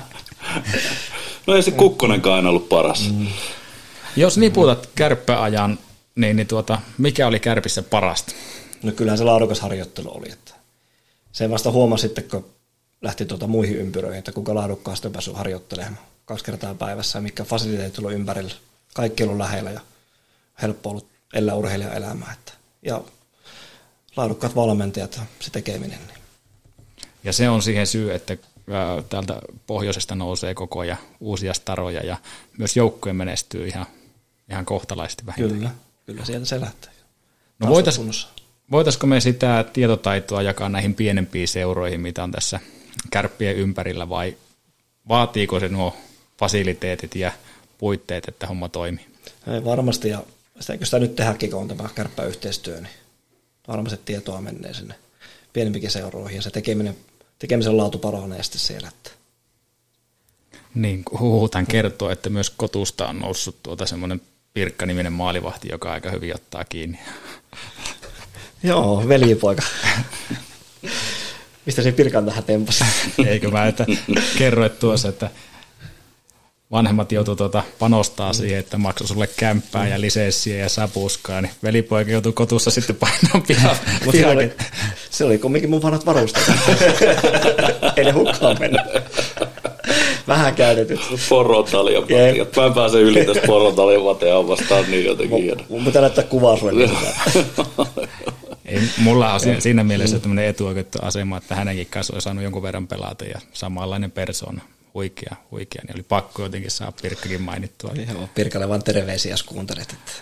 No ei se Kukkonenkaan aina ollut paras. Mm. Jos niputat kärppäajan, niin, niin tuota, mikä oli Kärpissä parasta? No kyllähän se laadukas harjoittelu oli. Että se vasta huomasi sitten, kun lähti tuota muihin ympyröihin, että kuinka laadukkaasti on päässyt harjoittelemaan kaksi kertaa päivässä ja mikä fasiliteetit on ympärillä. Kaikki on ollut lähellä ja helppo ollut elää urheilijan elämää. Että, ja laadukkaat valmentajat ja se tekeminen. Niin. Ja se on siihen syy, että täältä pohjoisesta nousee koko ajan uusia staroja ja myös joukkojen menestyy ihan, ihan kohtalaisesti vähintään. Kyllä, kyllä sieltä se lähtee. No voitais, voitaisiko me sitä tietotaitoa jakaa näihin pienempiin seuroihin, mitä on tässä Kärppien ympärillä, vai vaatiiko se nuo fasiliteetit ja puitteet, että homma toimii? Ei, varmasti, ja sitä, kun sitä nyt tehdäänkin, kun on tämä kärppäyhteistyö, niin varmasti tietoa menee sinne pienempikin seuroihin, ja se tekeminen, tekemisen laatu paranee sitten siellä. Että. Niin, huhutaan kertoo, että myös Kotusta on noussut tuota semmoinen Pirkka-niminen maalivahti, joka aika hyvin ottaa kiinni. Joo, veljipoika. Mistä se Pirkan tähän tempasi? Eikö mä, että kerroit tuossa, että vanhemmat joutuu tuota panostaa siihen, että maksoi sulle kämppää ja lisenssiä ja sapuskaa, niin velipoika joutuu Kotussa sitten painamaan pihaan. Se oli, se oli kumminkin mun vanhat varusteet. Ei ne hukkaan mennä. Vähän käytetyt. Porotaljan vateat. Mä en pääse yli tästä porotaljan vateaan vastaan niin jotenkin hieno. Mun pitää näyttää kuvaa sulle. Ei, mulla on siinä mielessä tämmöinen etuoikeutettu asema, että hänenkin kanssa olisi saanut jonkun verran pelata ja samanlainen persoona. Huikea, huikea, niin oli pakko jotenkin saa Pirkkakin mainittua. Joo, Pirkalle vaan terveisiä, jos kuuntelet. Että.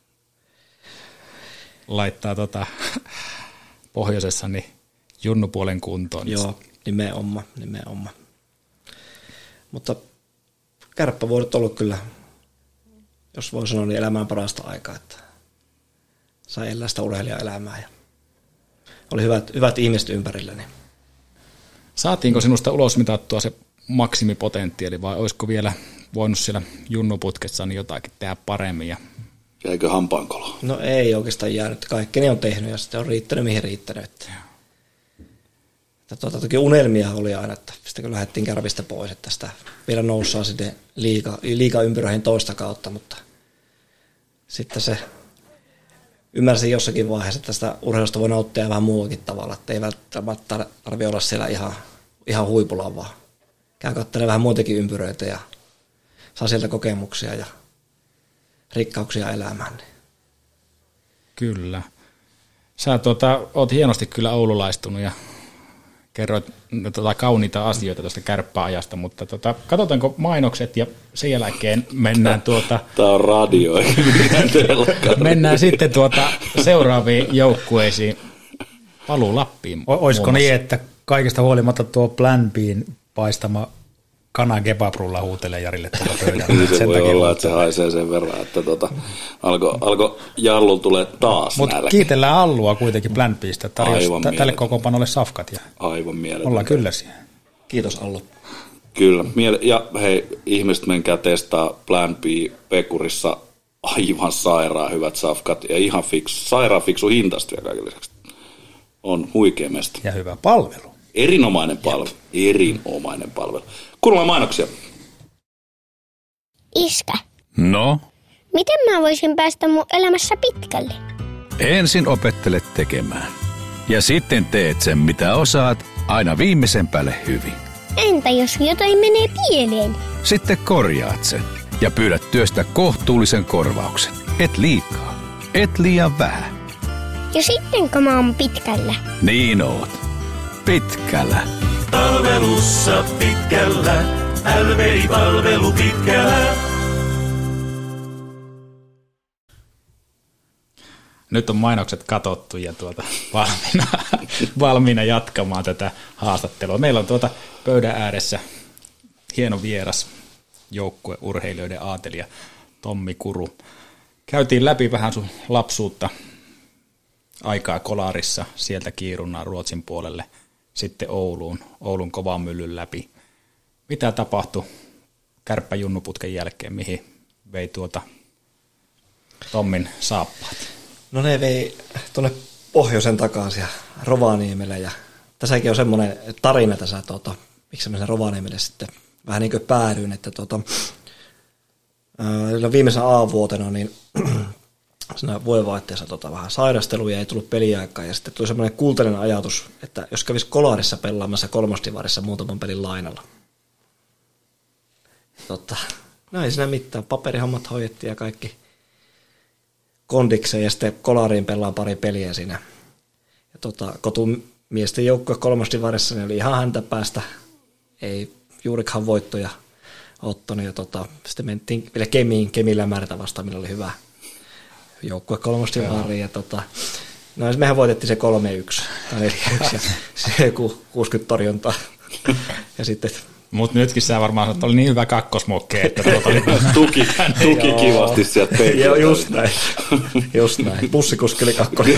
Laittaa tota, pohjoisessa niin junnupuolen kuntoon. Joo, nimenomaan, nimenomaan. Mutta kärppävuodet on ollut kyllä, jos voi sanoa, niin elämään parasta aikaa, että sai elää sitä urheilijaelämää ja oli hyvät, hyvät ihmiset ympärillä. Niin. Saatiinko sinusta ulosmitattua se maksimipotentiaali vai olisiko vielä voinut siellä junnuputkessa niin jotakin tehdä paremmin? Ja... Jäikö hampaankolo? No ei oikeastaan jäänyt. Kaikki ne on tehnyt ja sitten on riittänyt mihin riittänyt. Että. Että tuota, toki unelmia oli aina, että sitten kun lähdettiin Kärpistä pois, että sitä vielä noussaan sitten liiga, liiga ympyröihin toista kautta, mutta sitten se ymmärsin jossakin vaiheessa, että sitä urheilusta voi nauttia vähän muuakin tavalla, että ei välttämättä tarvitse olla siellä ihan, ihan huipulla, vaan käy katselemaan vähän muitakin ympyröitä ja saa sieltä kokemuksia ja rikkauksia elämään. Kyllä. Sä tuota, oot hienosti kyllä oululaistunut ja kerroit tuota kauniita asioita tuosta kärppäajasta, mutta tuota, katsotaanko mainokset ja sen jälkeen mennään tuota... Tämä on radio. mennään sitten tuota seuraaviin joukkueisiin. Paluu Lappiin. O- olisiko niin, että kaikista huolimatta tuo Plan B:n paistama kana kebabrulla huutelee Jarille tuolla pöydällä. Se voi olla, että se haisee sen verran, että tuota, alkoi alko Jallu tulee taas Mutta kiitellään Allua kuitenkin Plan B:stä, tarjosi t- tälle kokoonpanolle safkat. Ja aivan mieletön. Ollaan kyllä siihen. Kiitos Allu. Kyllä. Ja hei, ihmiset menkää testaa Plan B Pekurissa aivan sairaan hyvät safkat ja ihan fiksu, sairaan fiksu hintasta vielä kaiken lisäksi. On huikea mesta. Ja hyvä palvelu. Erinomainen palvelu. Erinomainen palvelu. Kuunnellaan mainoksia. Iskä, No, miten mä voisin päästä mun elämässä pitkälle? ensin opettele tekemään. Ja sitten teet sen, mitä osaat, aina viimeisen päälle hyvin. Entä jos jotain menee pieleen? Sitten korjaat sen ja pyydät työstä kohtuullisen korvauksen. Et liikaa, et liian vähän. Ja sittenkö mä oon pitkällä? Niin oot. Pitkällä. Palvelussa pitkällä, L V I-palvelu pitkällä. Nyt on mainokset katsottu ja tuota, valmiina, valmiina jatkamaan tätä haastattelua. Meillä on tuota pöydän ääressä hieno vieras joukkue urheilijoiden aatelija Tommi Kuru. Käytiin läpi vähän sun lapsuutta, aikaa Kolarissa, sieltä kiirunnaan Ruotsin puolelle, sitten Ouluun, Oulun kovan myllyn läpi. Mitä tapahtui kärppäjunnuputken jälkeen, mihin vei tuota Tommin saappaat? No ne vei tuonne pohjoisen takaisin Rovaniemelle ja tässäkin on semmoinen tarina tässä, tuota, miksi mä sen Rovaniemelle sitten vähän niin kuin päädyin, että tuota, viimeisenä A-vuotena niin siinä vuodenvaihteessa tota, vähän sairasteluja, ei tullut peliaikaa, ja sitten tuli semmoinen kultainen ajatus, että jos kävisi Kolarissa pelaamassa kolmosdivarissa muutaman pelin lainalla. Tota, no ei siinä mitään, paperihommat hoidettiin ja kaikki kondikseen, ja sitten Kolariin pelaan pari peliä siinä. Ja tota, Kotun miesten joukkue kolmosdivarissa, niin oli ihan häntä päästä, ei juurikaan voittoja ottanut, ja tota, sitten mentiin vielä Kemiin, Kemillä Märtä vastaan, millä oli hyvä joukkue kolmosdivariin, ja tota, no mehän voitettiin se kolme yksi, tai neljä yksi, ja se joku kuusikymmentä torjuntaa, ja sitten mutta nytkin sä varmaan sanot, että oli niin hyvä kakkosmokke, että tuota oli tuki, tuki kivasti sieltä peikiltä. Joo, just näin. Just näin. Bussikuski oli kakkonen.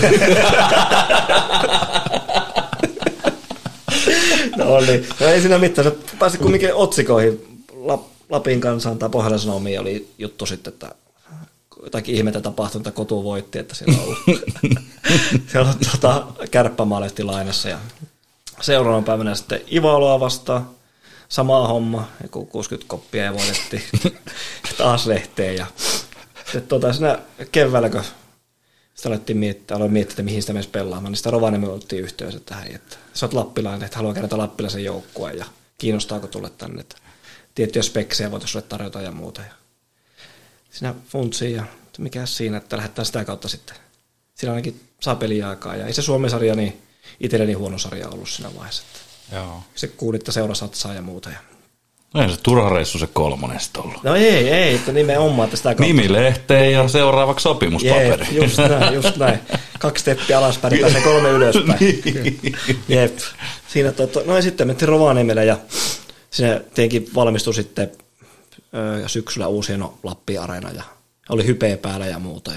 No niin. No ei siinä mitään. Se pääsi kumminkin otsikoihin. Lapin Kansaan tai Pohjolan Sanomiin oli juttu sitten, että jotakin ihmettä tapahtunut, että Kotu voitti, että siellä on ollut, siellä on tuota, Kärppämaalehti lainassa. Ja seuraavana päivänä sitten Ivaloa vastaan. Sama homma, joku kuusikymmentä koppia ja voitettiin taas lehteen. Ja sitten tuota, siinä keväällä, kun sitä alettiin miettiä, aloin miettiä, että mihin sitä menisi pelaamaan, niin sitä Rovaniemi otettiin yhteys, että hei, että sä oot lappilainen, että haluaa kerätä lappilaisen joukkueen ja kiinnostaako tulla tänne, että tiettyjä speksejä voitaisiin sulle tarjota ja muuta. Ja siinä funtsiin ja mikä siinä, että lähdetään sitä kautta sitten. Siinä ainakin saa peliaikaa ja ei se Suomen sarja niin itselleni huono sarja ollut siinä vaiheessa. Joo. Se kuulitta seura satsaa ja muuta. Ja no ei se turha reissu se kolmonen sitten ollut. No ei, ei, että nimenomaan, että sitä kautta. Nimilehteen ja seuraavaksi sopimuspaperi. Jep, just näin, just näin. Kaksi steppiä alaspäin, niin pääsee kolme ylöspäin. Jep. Siinä tuota, no ja sitten mentiin Rovaniemelle ja siinä tietenkin valmistui sitten ö, syksyllä uusi hieno Lappi-areena ja oli hypeä päällä ja muuta. Ja,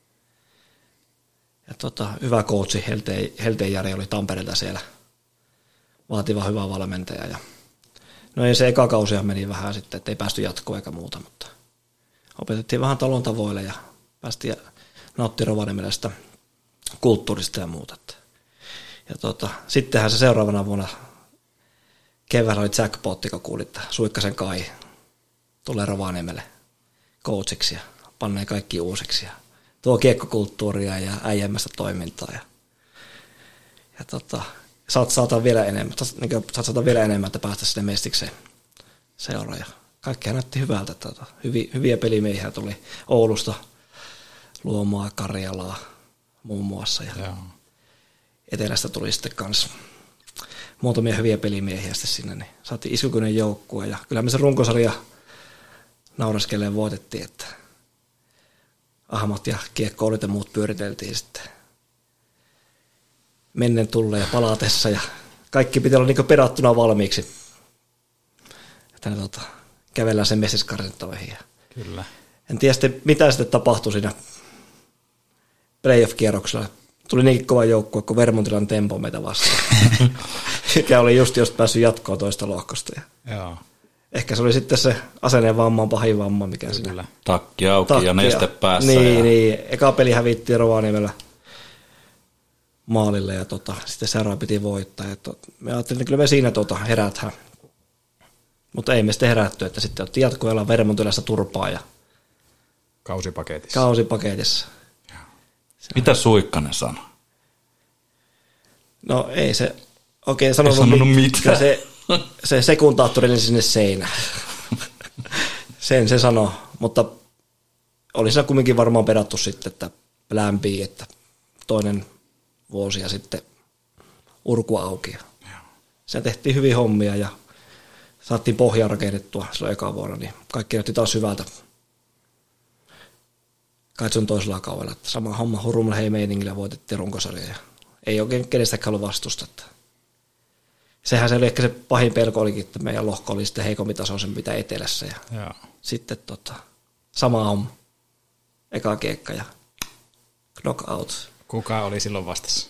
ja tota, hyvä coachi, Helteen, Helteen Jari oli Tampereelta siellä. Vaativa hyvä valmentaja. Ja no ei se eka kausia meni vähän sitten, että ei päästy jatkoon eikä muuta, mutta opetettiin vähän talon tavoille ja päästiin nauttimaan Rovaniemelästä kulttuurista ja muuta. Ja tota, sittenhän se seuraavana vuonna keväällä oli jackpotti, kun kuuli, että Suikkasen Kai tulee Rovaniemelle coachiksi ja pannee kaikki uusiksi ja tuo kiekkokulttuuria ja äijämmästä toimintaa. Ja, ja tota, satsataan vielä enemmän, niin satsataan vielä enemmän, että päästä sinne mestikseen seuraan. Ja kaikkihan näytti hyvältä. Että hyviä, hyviä pelimiehiä tuli Oulusta, Luomoa, Karjalaa muun muassa. Ja Joo. Etelästä tuli sitten kanssa muutamia hyviä pelimiehiä sitten sinne. Niin saatiin iskukyinen joukkue ja kyllä me se runkosarja nauraskelleen voitettiin, että ahmat ja kiekkoulit ja muut pyöriteltiin sitten mennen tulle ja palatessa ja kaikki pitää olla niin perattuna valmiiksi. Että ne tota, kävellään sen messiskarsintoihin. Kyllä. En tiedä sitten, mitä sitten tapahtui siinä playoff-kierroksella. Tuli niinkin kova joukkue kuin Vermontilan Tempo meitä vastaan. Mikä oli just just päässyt jatkoon toista lohkosta. Joo. Ehkä se oli sitten se asenneen vamman pahin vamma, mikä Kyllä. siinä. Takki auki Takki ja neste päässä. Niin, ja... niin. Eka peli hävittiin Rovaniemellä maalille ja tota, sitten seuraava piti voittaa. Ja tot, me ajattelin, että kyllä me siinä tota, herätään. Mutta ei me sitten herätty, että sitten otti jatkoajalla Vermontilassa turpaa ja kausipaketissa. Kausipaketissa. Mitä Suikkanen sanoi? No ei se oikein sanonut, sanonut mitään. Se, se sekuntaattori oli sinne seinään. Sen se sanoi, mutta oli siinä kumminkin varmaan pedattu sitten, että lämpii, että toinen vuosi ja sitten urku auki. Se tehtiin hyvin hommia ja saatiin pohjaa rakennettua silloin eka vuonna, niin kaikki näytti taas hyvältä. Katson toisella kaudella, että sama homma hurumalla hei meiningillä voitettiin runkosarja ja ei oikein kenestäkään ollut vastusta. Sehän se oli ehkä se pahin pelko olikin, että meidän lohko oli sitten heikommin tasoisempi mitä etelässä ja Joo. sitten tota, sama homma. Eka kiekka ja knockout. Kuka oli silloin vastassa?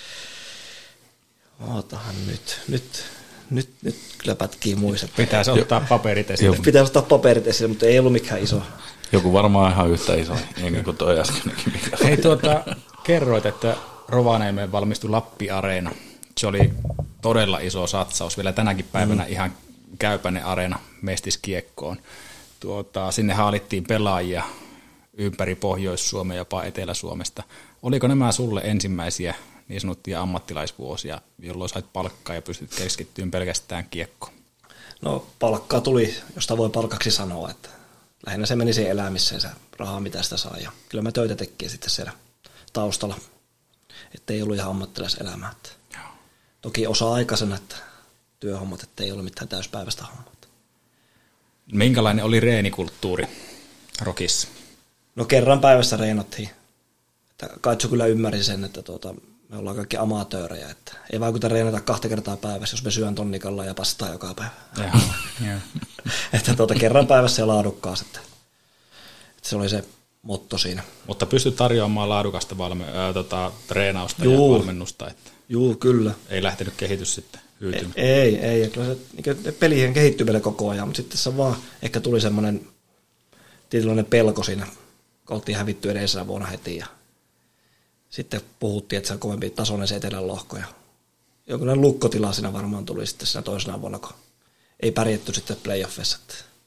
Ootahan nyt, nyt, nyt, nyt kyllä pätkii muistaa. Pitäisi ottaa paperit esille. Pitäisi ottaa paperit esille, mutta ei ollut mikään iso. Joku varmaan ihan yhtä iso, niin kuin toi äskenkin. Hei tuota, kerroit, että Rovaniemeen valmistui Lappi-areena. Se oli todella iso satsaus. Vielä tänäkin päivänä mm. ihan käypäinen areena mestiskiekkoon. Tuota, sinne haalittiin pelaajia ympäri Pohjois-Suomea, jopa Etelä-Suomesta. Oliko nämä sulle ensimmäisiä niin sanottuja ammattilaisvuosia, jolloin sait palkkaa ja pystyt keskittymään pelkästään kiekkoon? No palkkaa tuli, josta voi palkaksi sanoa, että lähinnä se meni siihen elämiseen se raha, mitä sitä saa. Ja kyllä mä töitä tekee sitten siellä taustalla, että ei ollut ihan ammattilaiselämää. Toki osa-aikaisena, että työhommat, että ei ollut mitään täyspäiväistä hommaa. Minkälainen oli reenikulttuuri Rokissa? No kerran päivässä reenattiin. Kaitsu kyllä ymmärsi sen, että tuota, me ollaan kaikki amatöörejä, että ei vaikuta reenata kahta kertaa päivässä, jos me syön tonnikalla ja pastaa joka päivä. Jaha, että tuota, kerran päivässä ja laadukkaasti. Että, että se oli se motto siinä. Mutta pystyt tarjoamaan laadukasta valme- ää, tota, treenausta Juu. ja valmennusta. Että Juu, kyllä. Ei lähtenyt kehitys sitten hyytymään. Ei, ei. ei. Kyllä se niin pelihän kehittyy meille koko ajan, mutta sitten se vaan ehkä tuli semmoinen tietynlainen pelko siinä, kun oltiin hävitty edellisenä vuonna heti ja sitten puhuttiin, että se on kovempi tasoinen se etelän lohko ja jonkinlainen lukkotila siinä varmaan tuli sitten siinä toisena vuonna, kun ei pärjätty sitten playoffissa.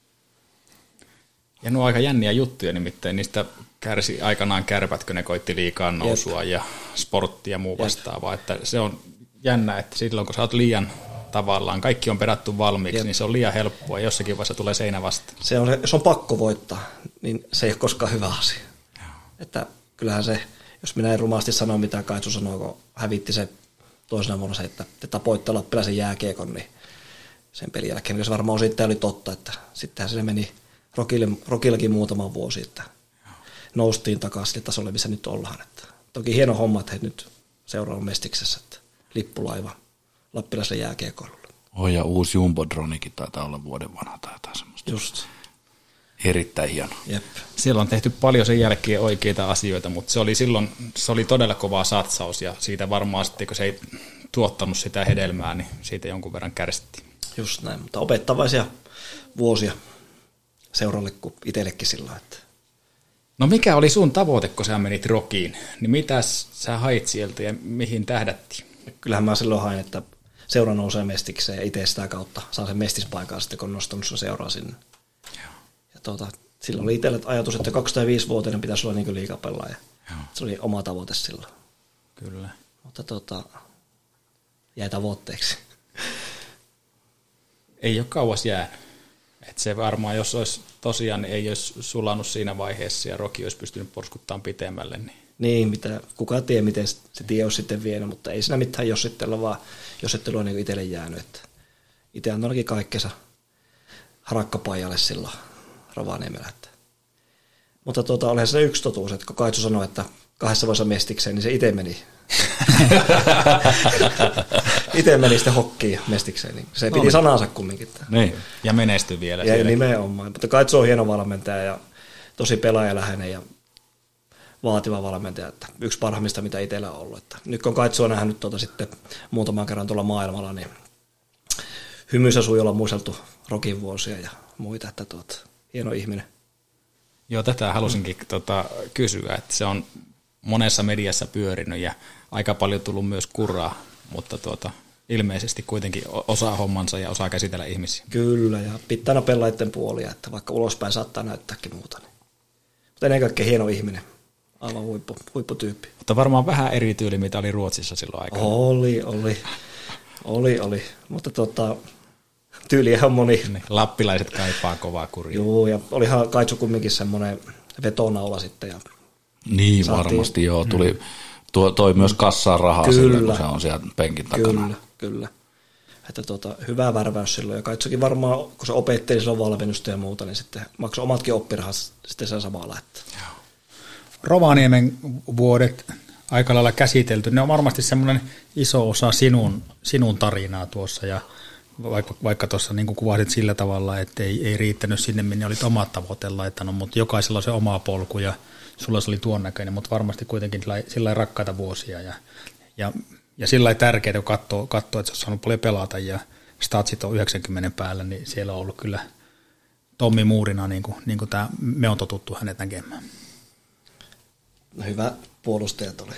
Ja nuo aika jänniä juttuja, nimittäin niistä kärsi aikanaan Kärpät, kun ne koitti liikaa nousua Jep. ja sporttia ja muu vastaavaa. Että se on jännä, että silloin kun sä oot liian tavallaan, kaikki on pedattu valmiiksi, Jep. niin se on liian helppoa ja jossakin vaiheessa tulee seinä vastaan. Se on, jos on pakko voittaa, niin se ei ole koskaan hyvä asia. Joo. Että kyllähän se, jos minä en rumasti sano mitä Kaitsu sanoo, kun hävitti se toisena vuonna se, että te tapoitte Lappilaisen jääkiekon, niin sen pelin jälkeen niin se varmaan osittain oli totta, että sittenhän se meni Rokille, Rokillakin muutama vuosi, että Joo. noustiin takaisin sille tasolle, missä nyt ollaan. Että toki hieno homma, että he nyt seuraava Mestiksessä, että lippulaiva Lappilaisen jääkiekoilulle. Oh, ja uusi Jumbodronikin taitaa olla vuoden vanha tai jotain semmoista. Just. Erittäin hieno. Jep. Siellä on tehty paljon sen jälkeen oikeita asioita, mutta se oli silloin se oli todella kova satsaus ja siitä varmaan sitten, kun se ei tuottanut sitä hedelmää, niin siitä jonkun verran kärsittiin. Just näin, mutta opettavaisia vuosia seuralle kuin itsellekin sillä. Että no mikä oli sun tavoite, kun sä menit Rokiin? Niin mitä sä hait sieltä ja mihin tähdättiin? Kyllähän mä silloin hain, että seura nousee Mestikseen ja itse sitä kautta saan sen mestispaikan sitten, kun on nostanut sen seuraa sinne. Joo. Ja tuota, silloin oli itselle ajatus, että kaksikymmentäviisivuotiaana pitäisi olla niin liigapelaaja. Se oli oma tavoite silloin. Kyllä. Mutta tuota, jäi tavoitteeksi. Ei ole kauas jäänyt. Että se varmaan, jos olisi tosiaan, niin ei olisi sulannut siinä vaiheessa ja Roki olisi pystynyt porskuttamaan pitemmälle. Niin, niin mitä, kukaan tiedä, miten se tie olisi sitten vienyt, mutta ei siinä mitään jossittella, vaan jossittelu on niin itselle jäänyt. Että itse on ainakin kaikkensa Harakkapajalle silloin Rovaniemellä. Että. Mutta tuota, olihan se yksi totuus, että kun Kaitsu sanoi, että kahdessa vuodessa Mestikseen, niin se itse meni. Itse meni sitten hokkiin Mestikseen, niin se piti no, sanansa kumminkin. Niin. Ja menestyi vielä. Ja nimenomaan, mutta Kaitsu on hieno valmentaja ja tosi pelaajaläheinen ja vaativa valmentaja, että yksi parhaimmista, mitä itsellä on ollut. Että nyt kun Kaitsu on nähnyt tuota sitten muutaman kerran tuolla maailmalla, niin hymyssä sujulla on muisteltu Rokin vuosia ja muita, että tuota, hieno ihminen. Joo, tätä halusinkin tota, kysyä, että se on monessa mediassa pyörinyt ja aika paljon tullut myös kuraa, mutta tuota, ilmeisesti kuitenkin osaa hommansa ja osaa käsitellä ihmisiä. Kyllä, ja pitää aina pelaajien puolia, että vaikka ulospäin saattaa näyttääkin muuta. Niin. Mutta ennen kaikkea hieno ihminen, aivan huippu, huipputyyppi. Mutta varmaan vähän eri tyyli, mitä oli Ruotsissa silloin aikaa. Oli, oli, oli, oli. Mutta tota, tyyliä on moni. Niin, lappilaiset kaipaa kovaa kuria. Joo, ja olihan Kaitsu kumminkin semmoinen vetonaula sitten. Ja niin, saatiin, varmasti joo. Tuli, tuo, toi myös kassaan rahaa kyllä, sille, kun se on siellä penkin takana. Kyllä, kyllä. Että tuota, hyvä värväys silloin. Ja Kaitsukin varmaan, kun se opetteli silloin valmennusta ja muuta, niin sitten maksoi omatkin oppirahat sitten sen samalla. Että. Rovaniemen vuodet aika lailla käsitelty. Ne on varmasti semmoinen iso osa sinun, sinun tarinaa tuossa ja vaikka, vaikka tuossa niin kuvasit sillä tavalla, että ei, ei riittänyt sinne, minne olit omat tavoitteet laittanut, mutta jokaisella on se oma polku ja sulla se oli tuon näköinen, mutta varmasti kuitenkin sillä rakkaita vuosia ja, ja, ja sillä lailla tärkeää, kun katsoo, katsoo, että sä oot saanut paljon pelata ja statsit on yhdeksänkymmentä päällä, niin siellä on ollut kyllä Tommi Muurina, niin kuin, niin kuin tämä, me on totuttu hänet näkemään. No hyvä puolustaja tuli.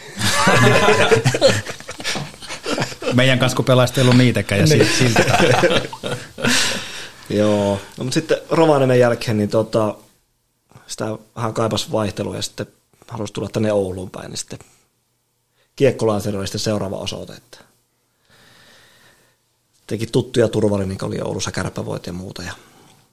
Meidän kanssa kun pelaajista ei ollut niitäkään ja silti, silti Joo, no, mutta sitten Rovaniemen jälkeen niin tota, sitä vähän kaipasi vaihtelua ja sitten halusi tulla tänne Ouluun päin, niin sitten Kiekkolaateri oli sitten seuraava osoite, että teki tuttu ja turvallinen, niin oli Oulussa Kärppävoit ja muuta. Ja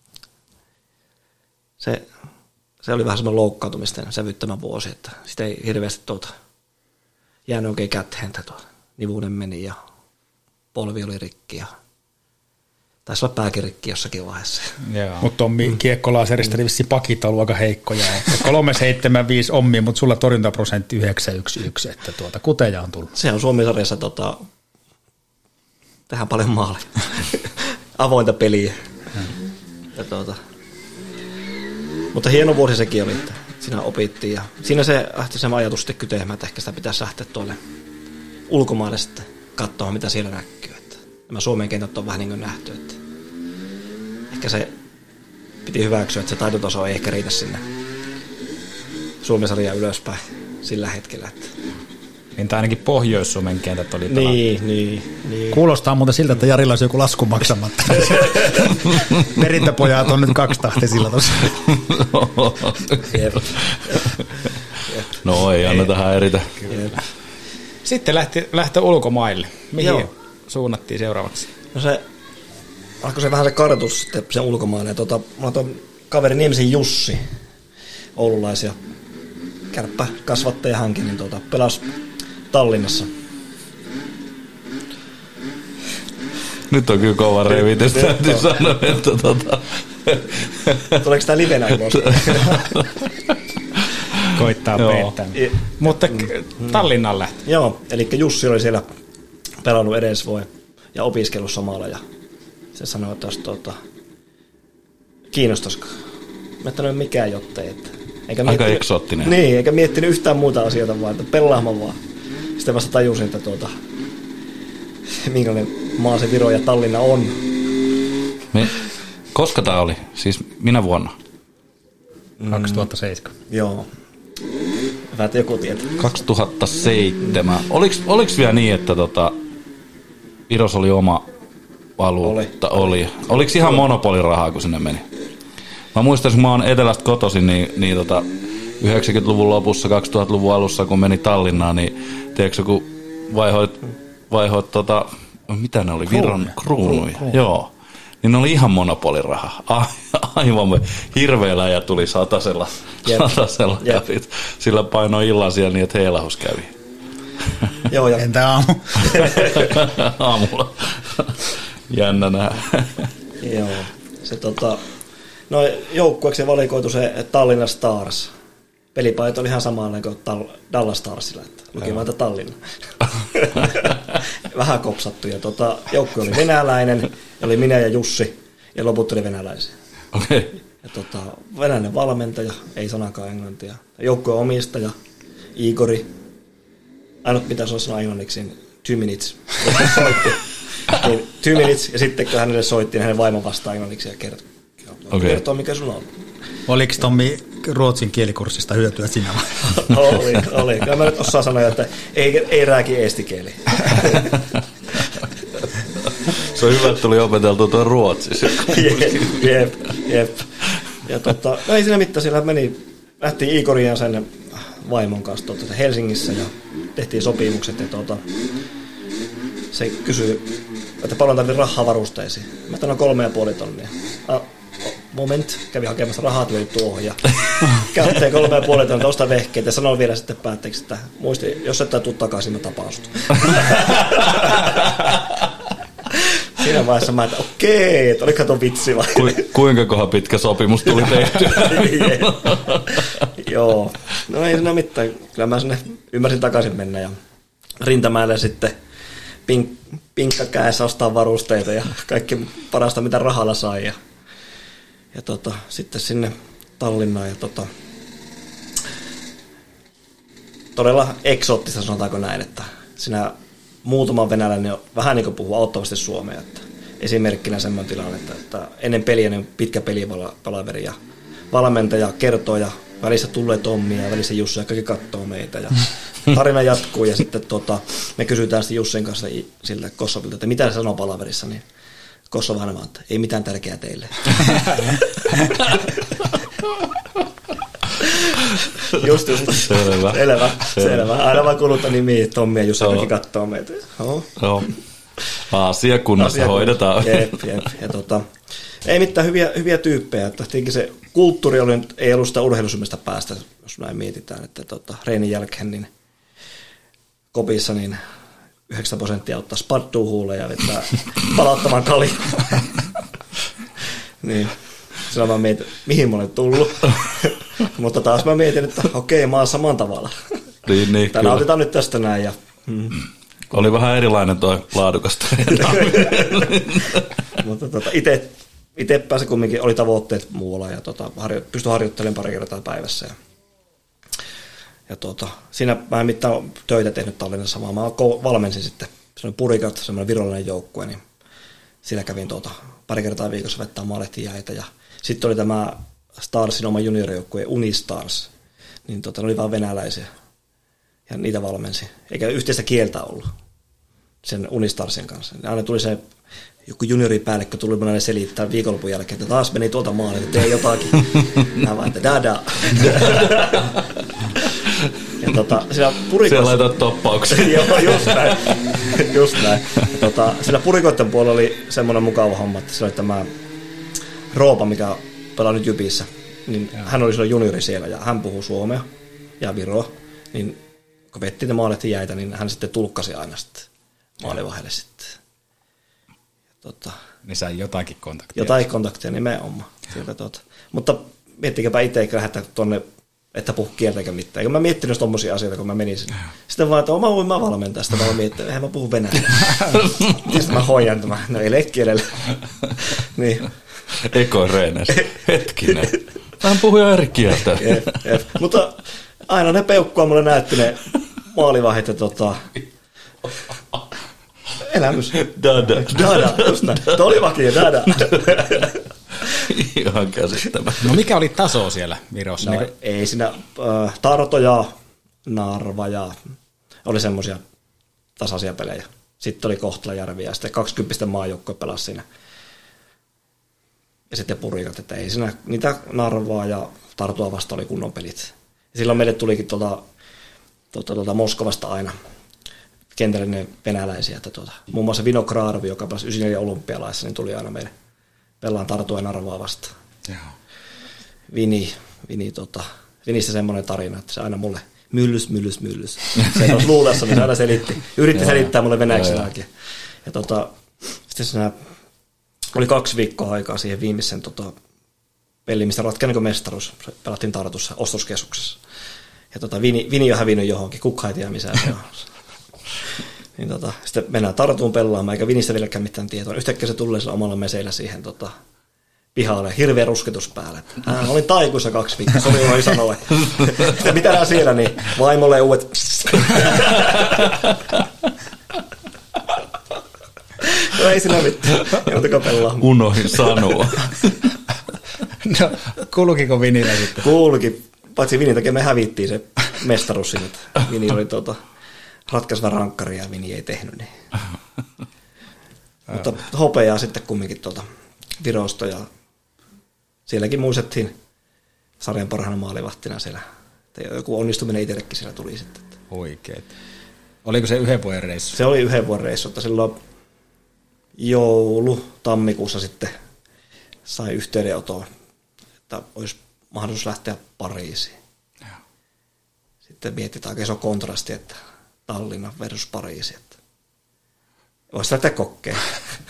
se, se oli vähän semmoinen loukkaantumisten sävyttämä vuosi, että sitä ei hirveästi tuota, jäänyt oikein käteen, että nivunen meni ja polvi oli rikki ja taisi olla pääkin rikki jossakin vaiheessa. Mutta Tommi Kiekkolaaserista mm. vissiin pakit on ollut aika heikkoja. kolme seitsemän viisi ommi, mutta sulla torjuntaprosentti yhdeksän yksi yksi, että tuota, kuteja on tullut. Se on Suomi-sarjassa, tota, tehdään paljon maaleja. Avointa peliä. Mm. Ja tuota, mutta hieno vuosi sekin oli, että siinä opittiin. Ja siinä se lähti se ajatus sitten kyteemään, että ehkä sitä pitäisi lähteä tuolle ulkomaille sitten katsomaan, mitä siellä näkyy. Että nämä Suomen kentät on vähän niin kuin nähty. Että ehkä se piti hyväksyä, että se taitotaso ei ehkä riitä sinne Suomen-sarjaan ylöspäin sillä hetkellä. Että Niin ainakin Pohjois-Suomen kentät oli pelattu. Niin, niin, niin. Kuulostaa muuten siltä, että Jarilla olisi joku lasku maksamatta. Perintäpojat on nyt kaksitahtisilla tuossa. No ei anneta häiritä. Sitten lähti, lähti ulkomaille. Mihin Joo. suunnattiin seuraavaksi? No se, alkoi se vähän se kartus sitten sen ulkomaille. Tota, mä oon kaveri nimisen Jussi, oululaisia kärppä kasvattaja hänkin, niin tuota, pelasi Tallinnassa. Nyt on kyllä kova revitys, täytyy sanoa, että tota... Tuleeko tämä livenä ulos? Koittaa peittää. Mutta Tallinnaan lähti. Joo, eli Jussi oli siellä pelannut edesvoin ja opiskellut samalla ja se sanoi, että jos tuota, kiinnostaisiko. Mä että no mikään jottei. Että eikä aika eksoottinen. Niin, eikä miettinyt yhtään muuta asioita vaan, että pelaamaan vaan. Sitten vasta tajusin, että tuota, minkälainen maa se Viro ja Tallinna on. Me, koska tämä oli? Siis minä vuonna? kaksituhattaseitsemän. Mm, joo. Hyvä, että joku tietää. kaksituhattaseitsemän. Oliko, oliko vielä niin, että tota, Viros oli oma valuutta? Oli. oli. Oliko ihan monopolirahaa, kun sinne meni? Mä muistan, kun mä oon Etelästä kotoisin, niin, niin tota, yhdeksänkymmentäluvun lopussa, kaksituhattaluvun alussa, kun meni Tallinnaan, niin tiedätkö, kun vaihoit, vaihoit tota, mitä ne oli, Viron kruunuja, joo, niin ne oli ihan monopoliraha, aivan hirveellä ja tuli satasella, satasella kävi, sillä painoi illan siellä niin, että heilahus kävi. Joo, ja entä aamu? Aamulla, jännä nähdä. Joo, se tota... No joukkueeksi valikoitu se Tallinna Stars. Pelipaita oli ihan samanlainen kuin Tal- Dallas Starsilla, että luki vain Tallinna. Vähän kopsattu. Ja tota, joukkue oli venäläinen, oli minä ja Jussi, ja loput oli venäläisiä. Okay. Ja tota, venäläinen valmentaja, ei sanakaan englantia. Joukkueen omistaja, Igori. Ainut mitä se on sanoa englanniksi, two minutes. niin, two minutes, ja sitten kun hänelle soitti, niin hänen vaimon vastaan englanniksi ja kertoi. Okay. Kertoo, mikä sulla on. Oliko Tommi ruotsin kielikurssista hyötyä sinä vai? oli, oli. Kyllä mä nyt osaan sanoa, että ei, ei rääki eestikieli. Se on hyvä, että tuli opeteltua tuon ruotsissa. jep, jep. Ja tota, no ei siinä mitään, siellä meni, lähtiin Igorin ja sen vaimon kanssa tuota, Helsingissä ja tehtiin sopimukset ja tuota, se kysyi, että paljon tarvitsi rahaa varusteisiin. Mä sanoin kolme ja puoli tonnia. Ah, moment, kävi hakemassa rahaa, tuli tuohon ja käyttäen kolme ja puoli tonnia ostaa vehkeitä ja sanoi vielä sitten päätteeksi, että muisti, jos et tuu takaisin, mä tapaan sut. Siinä vaiheessa mä, että okei, että oliko tuon vitsi vai? Ku, kuinka kohan pitkä sopimus tuli tehty? Joo, no ei siinä mitään. Kyllä mä sinne ymmärsin takaisin mennä ja Rintamäelle sitten pink, pinkka kädessä ostaa varusteita ja kaikki parasta mitä rahalla sai. Ja, ja tota, sitten sinne Tallinnaan ja tota, todella eksoottista sanotaanko näin, että siinä muutama venäläinen vähän niin kuin puhuu auttavasti suomea. Että esimerkkinä semmoinen tilanne, että, että ennen peliä niin pitkä pelipalaveri ja valmentaja kertoo ja välissä tulee Tommi ja välissä Jussi ja kaikki katsoo meitä ja tarina jatkuu ja sitten tota, me kysytään sitten Jussin kanssa siltä Kossovilta, että mitä se sanoo palaverissa, niin Kosso vähän vaan, että ei mitään tärkeää teille. Just just. Selvä. Selvä. Selvä. Aina vaan kulutta nimiä, Tommi ja Jussi kaikki kattoo meitä. Joo. Joo. Asia kunnossa Asia hoidetaan. Jep, jep. Ja tota, ei mitään hyviä, hyviä tyyppejä. Että se kulttuuri oli, ei ollut sitä urheilusymistä päästä, jos näin mietitään. Että tota, reinin jälkeen niin kopissa niin yhdeksän prosenttia ottaa spattua huuleen ja vetää palauttamaan kali. Niin. Silloin mä mietin, mihin mä olen tullut. Mutta taas mä mietin, että okei, mä oon saman tavalla. Niin, niin, Tänään otetaan nyt tästä näin. Ja, mm. Oli vähän erilainen toi laadukasta. Mutta tota, ite, ite pääsi kumminkin, oli tavoitteet muualla ja tota, harjo, pystyi harjoittelemaan pari kertaa päivässä. Ja, ja tota, siinä mä en mitään töitä tehnyt Tallinnassa, vaan mä valmensin sitten. Se oli Purikat, semmoinen virallinen joukkue, niin siellä kävin tuota, pari kertaa viikossa vettää maalehtijaita. Ja sitten oli tämä Starsin oma juniorijoukkue Unistars, niin tota, ne oli vaan venäläisiä ja niitä valmensi. Eikä yhteistä kieltä ollut sen Unistarsin kanssa. Ja aina tuli se joku junioripäällikkö tuli monelle selittää viikonlopun jälkeen, että taas meni tuolta maalle, että tee jotakin. Mä vaan, että dada. Ja tota, siellä purikoissa... Siellä laitat toppauksia. Joo, just näin. Just näin. Ja tota, siellä purikoiden puolella oli semmoinen mukava homma, että se oli tämä Roopa, mikä pelaa nyt Jypissä. Niin hän oli silloin juniori siellä ja hän puhuu suomea ja viroa. Niin kun vetti ne maalehti jäitä, niin hän sitten tulkkasi aina sitten maalivahdelle sitten. Tota, niin sai jotakin kontaktia. Jotain kontaktia nimenomaan. Sieltä, tota. Mutta miettikääpä itse, eikä lähdetään tuonne, että puhu kieltä eikä mitään. Eikö mä miettinyt tommosia asioita, kun mä menin sinne. Sitten vaan, että mä voin mä valmentaa sitä, mä miettinyt, eihän mä puhu venäjää. Sitten mä hoijan tämän, no ei leikkielellä. Niin. Ekoreines. Hetkinen. Mä puhun jo eri kieltä. Jep, jep. Mutta aina ne peukkua mulle näytti ne maalivahit ja tota... Elämys. Dada. Dada, just näin. Tuo oli vakio, dada. Ihan käsittämättä. No mikä oli taso siellä Virossa? No, niin... ei siinä, äh, Tarto ja Narva ja oli semmoisia tasaisia pelejä. Sitten oli Kohtalajärvi ja sitten kaksikymppisten maajoukkoja pelasi siinä. Ja sitten Purikat, että ei siinä niitä Narvaa ja Tartua vasta oli kunnon pelit. Ja silloin meille tulikin tuolta, tuolta, tuolta Moskovasta aina kentällinen venäläisiä. Että tuota, muun muassa Vino Kraarvi, joka pelasi yhdeksänkymmentäneljä olympialaissa, niin tuli aina meille pelaan Tartua ja Narvaa vastaan. Joo. Vini, Vini tota, Vinistä semmoinen tarina, että se aina mulle myllys, myllys, myllys. Se tuossa luulessa, niin se aina selitti. Yritti selittää mulle venäjäksi jälkeen. Ja tota, sitten siinä oli kaksi viikkoa aikaa siihen viimeisen tota, peliin, mistä ratkeni mestaruus. Pelattiin Tartussa, ostoskeskuksessa. Ja tota, Vini, Vini on hävinnyt johonkin, kukka ei tiedä missä se on. Niin tota, sitten mennään Tartuun pelaamaan, eikä Vinistä vieläkään mitään tietoa. Yhtäkkiä se tulee sillä omalla meseillä siihen tota, pihalle, hirveä rusketus päälle. Äh, olin taikuissa kaksi viikkoa, se oli noin sanoa. Sitten mitä nää siellä, niin vaimolle uudet... No ei sillä mitään, joutako pelaamaan. Unohin sanoa. No, kulkiko Vinillä sitten? Kulki, paitsi Vinin takia me hävittiin se mestaruus sinne. Vini oli tota, ratkaiseva rankkari ja Vini ei tehnyt niin. Mutta hopeaa sitten kumminkin tuolta Virosta ja sielläkin muistettiin sarjan parhaana maalivahtina siellä. Joku onnistuminen itsellekin siellä tuli sitten. Oikein. Oliko se yhden vuoden reissu? Se oli yhden vuoden reissu, että silloin joulu, tammikuussa sitten sai yhteydenoton, että olisi mahdollisuus lähteä Pariisiin. Ja. Sitten mietitään aika iso kontrasti, että Tallinna versus Pariisi. Että voisi lähteä kokkeen.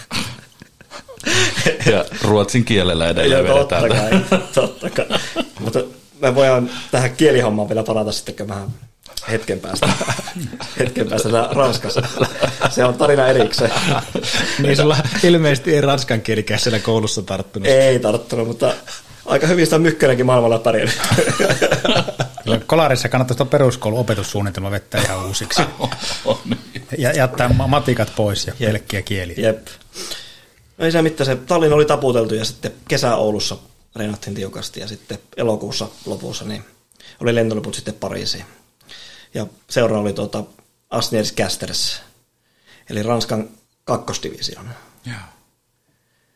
Ja ruotsin kielellä edelleen vedetään. Totta kai, totta kai. Mutta me voidaan tähän kielihommaan vielä palata sitten vähän hetken päästä. Hetken päästä Ranskassa. Se on tarina erikseen. Niin sulla ilmeisesti ei ranskan kielikään siellä koulussa tarttunut. Ei tarttunut, mutta aika hyvin sitä Mykkönenkin maailmalla pärjännyt. Kolarissa kannattaisi tuon peruskoulun opetussuunnitelma vettää ihan uusiksi. Ja jättää matikat pois ja pelkkiä kieliä. Jep. No ei se mitään, se Tallinna oli taputeltu ja sitten kesä-Oulussa reenattiin tiukasti ja sitten elokuussa lopussa niin oli lentoliput sitten Pariisiin. Ja seuraava oli tuota Asniers Casters, eli Ranskan kakkosdivisioon. Joo.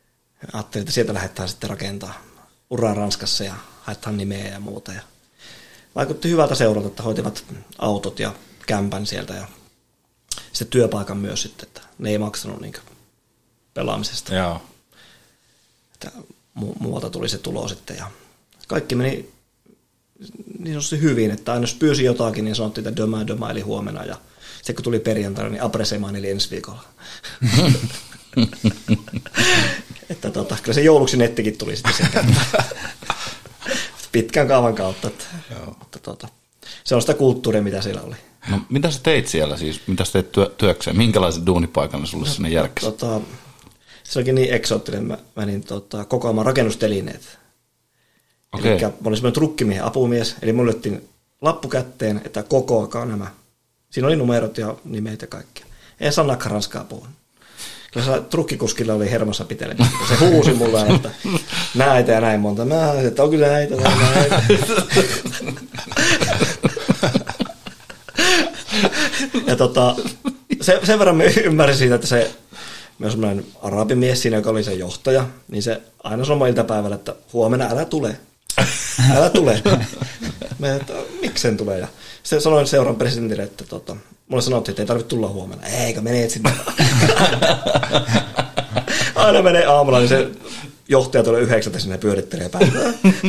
Ajattelin, että sieltä lähdetään sitten rakentaa uraa Ranskassa ja haetaan nimeä ja muuta. Ja vaikutti hyvältä seuralta, että hoitivat autot ja kämpän sieltä ja sitten työpaikan myös sitten, että ne ei maksanut niin pelaamisesta. Joo. Että mu- muualta tuli se tulo sitten ja kaikki meni niin sanotusti hyvin, että aina jos pyysi jotakin, niin sanottiin, että dömää, dömää, eli huomenna ja sitten kun tuli perjantaina, niin apresemaan, eli ensi viikolla. Että tota, kyllä se jouluksi nettikin tuli sitten sekä pitkän kaavan kautta. Että, mutta tota, se on sitä kulttuuria, mitä siellä oli. No, mitä sä teit siellä siis? Mitä sä teit työ, työkseen? Minkälaisen duunipaikan sulle no, sinne järkkäsi? Tota, se olikin niin eksoottinen. Mä menin tota, kokoamaan rakennustelineet. Okay. Eli mä olin semmoinen trukkimiehen apumies, eli mulle löyttiin lappu kätteen, että kokoakaa nämä. Siinä oli numerot ja nimet ja kaikkea. En sanaakaan ranskaa puhua. Kyllä se trukkikuskilla oli hermossa pitelemistä. Se huusi mulle, että näitä ja näin monta. Mä ajattelin, että on kyllä näitä ja näitä. Ja tota, se, sen verran mä ymmärsin siitä, että se myös semmoinen arabimies siinä, joka oli se johtaja, niin se aina sanoi iltapäivällä, että huomenna älä tule. Älä tule. Mä että miksen tulee. Ja sitten sanoin seuran presidentille, että tota, mulle sanottiin, että ei tarvitse tulla huomenna. Eikä, meneet sinne. Aina menee aamulla, niin se johtaja tulee yhdeksältä sinne pyörittelee päivää.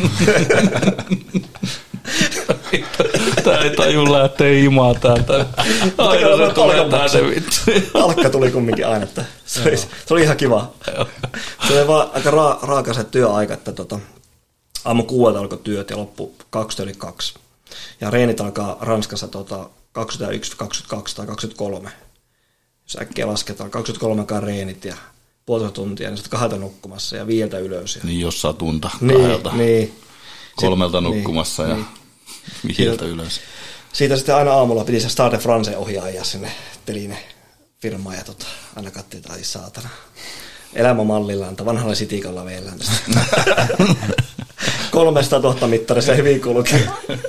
Tää ei taju lähteä imaa täältä. Aina se tulee täältä vittu. Palkka tuli kumminkin aina, että se oli, se oli ihan kiva. Se oli vaan aika ra- raaka se työaika, että tota, aamu kuuelta alkoi työt ja loppu kaksi yli kaksi. Ja reenit alkaa Ranskassa tota, kaksikymmentäyksi, kaksikymmentäkaksi tai kaksikymmentäkolme. Jos äkkiä lasketaan, kaksikymmentäkolme reenit ja puolitoista tuntia, niin sitten kahdelta nukkumassa ja viiltä ylös. Ja... Niin jossain tunta niin, kahdelta. Niin. Kolmelta Sitten, nukkumassa niin, ja niin. Viiltä ylös. Siitä sitten aina aamulla piti se Stade France ohjaaja sinne teline-firmaan ja tota, aina katsoin, että ai saatana. Elämämallilla, että vanhalla sitikalla veillään tästä. kolmesataatuhatta mittarissa hyvin kulkee.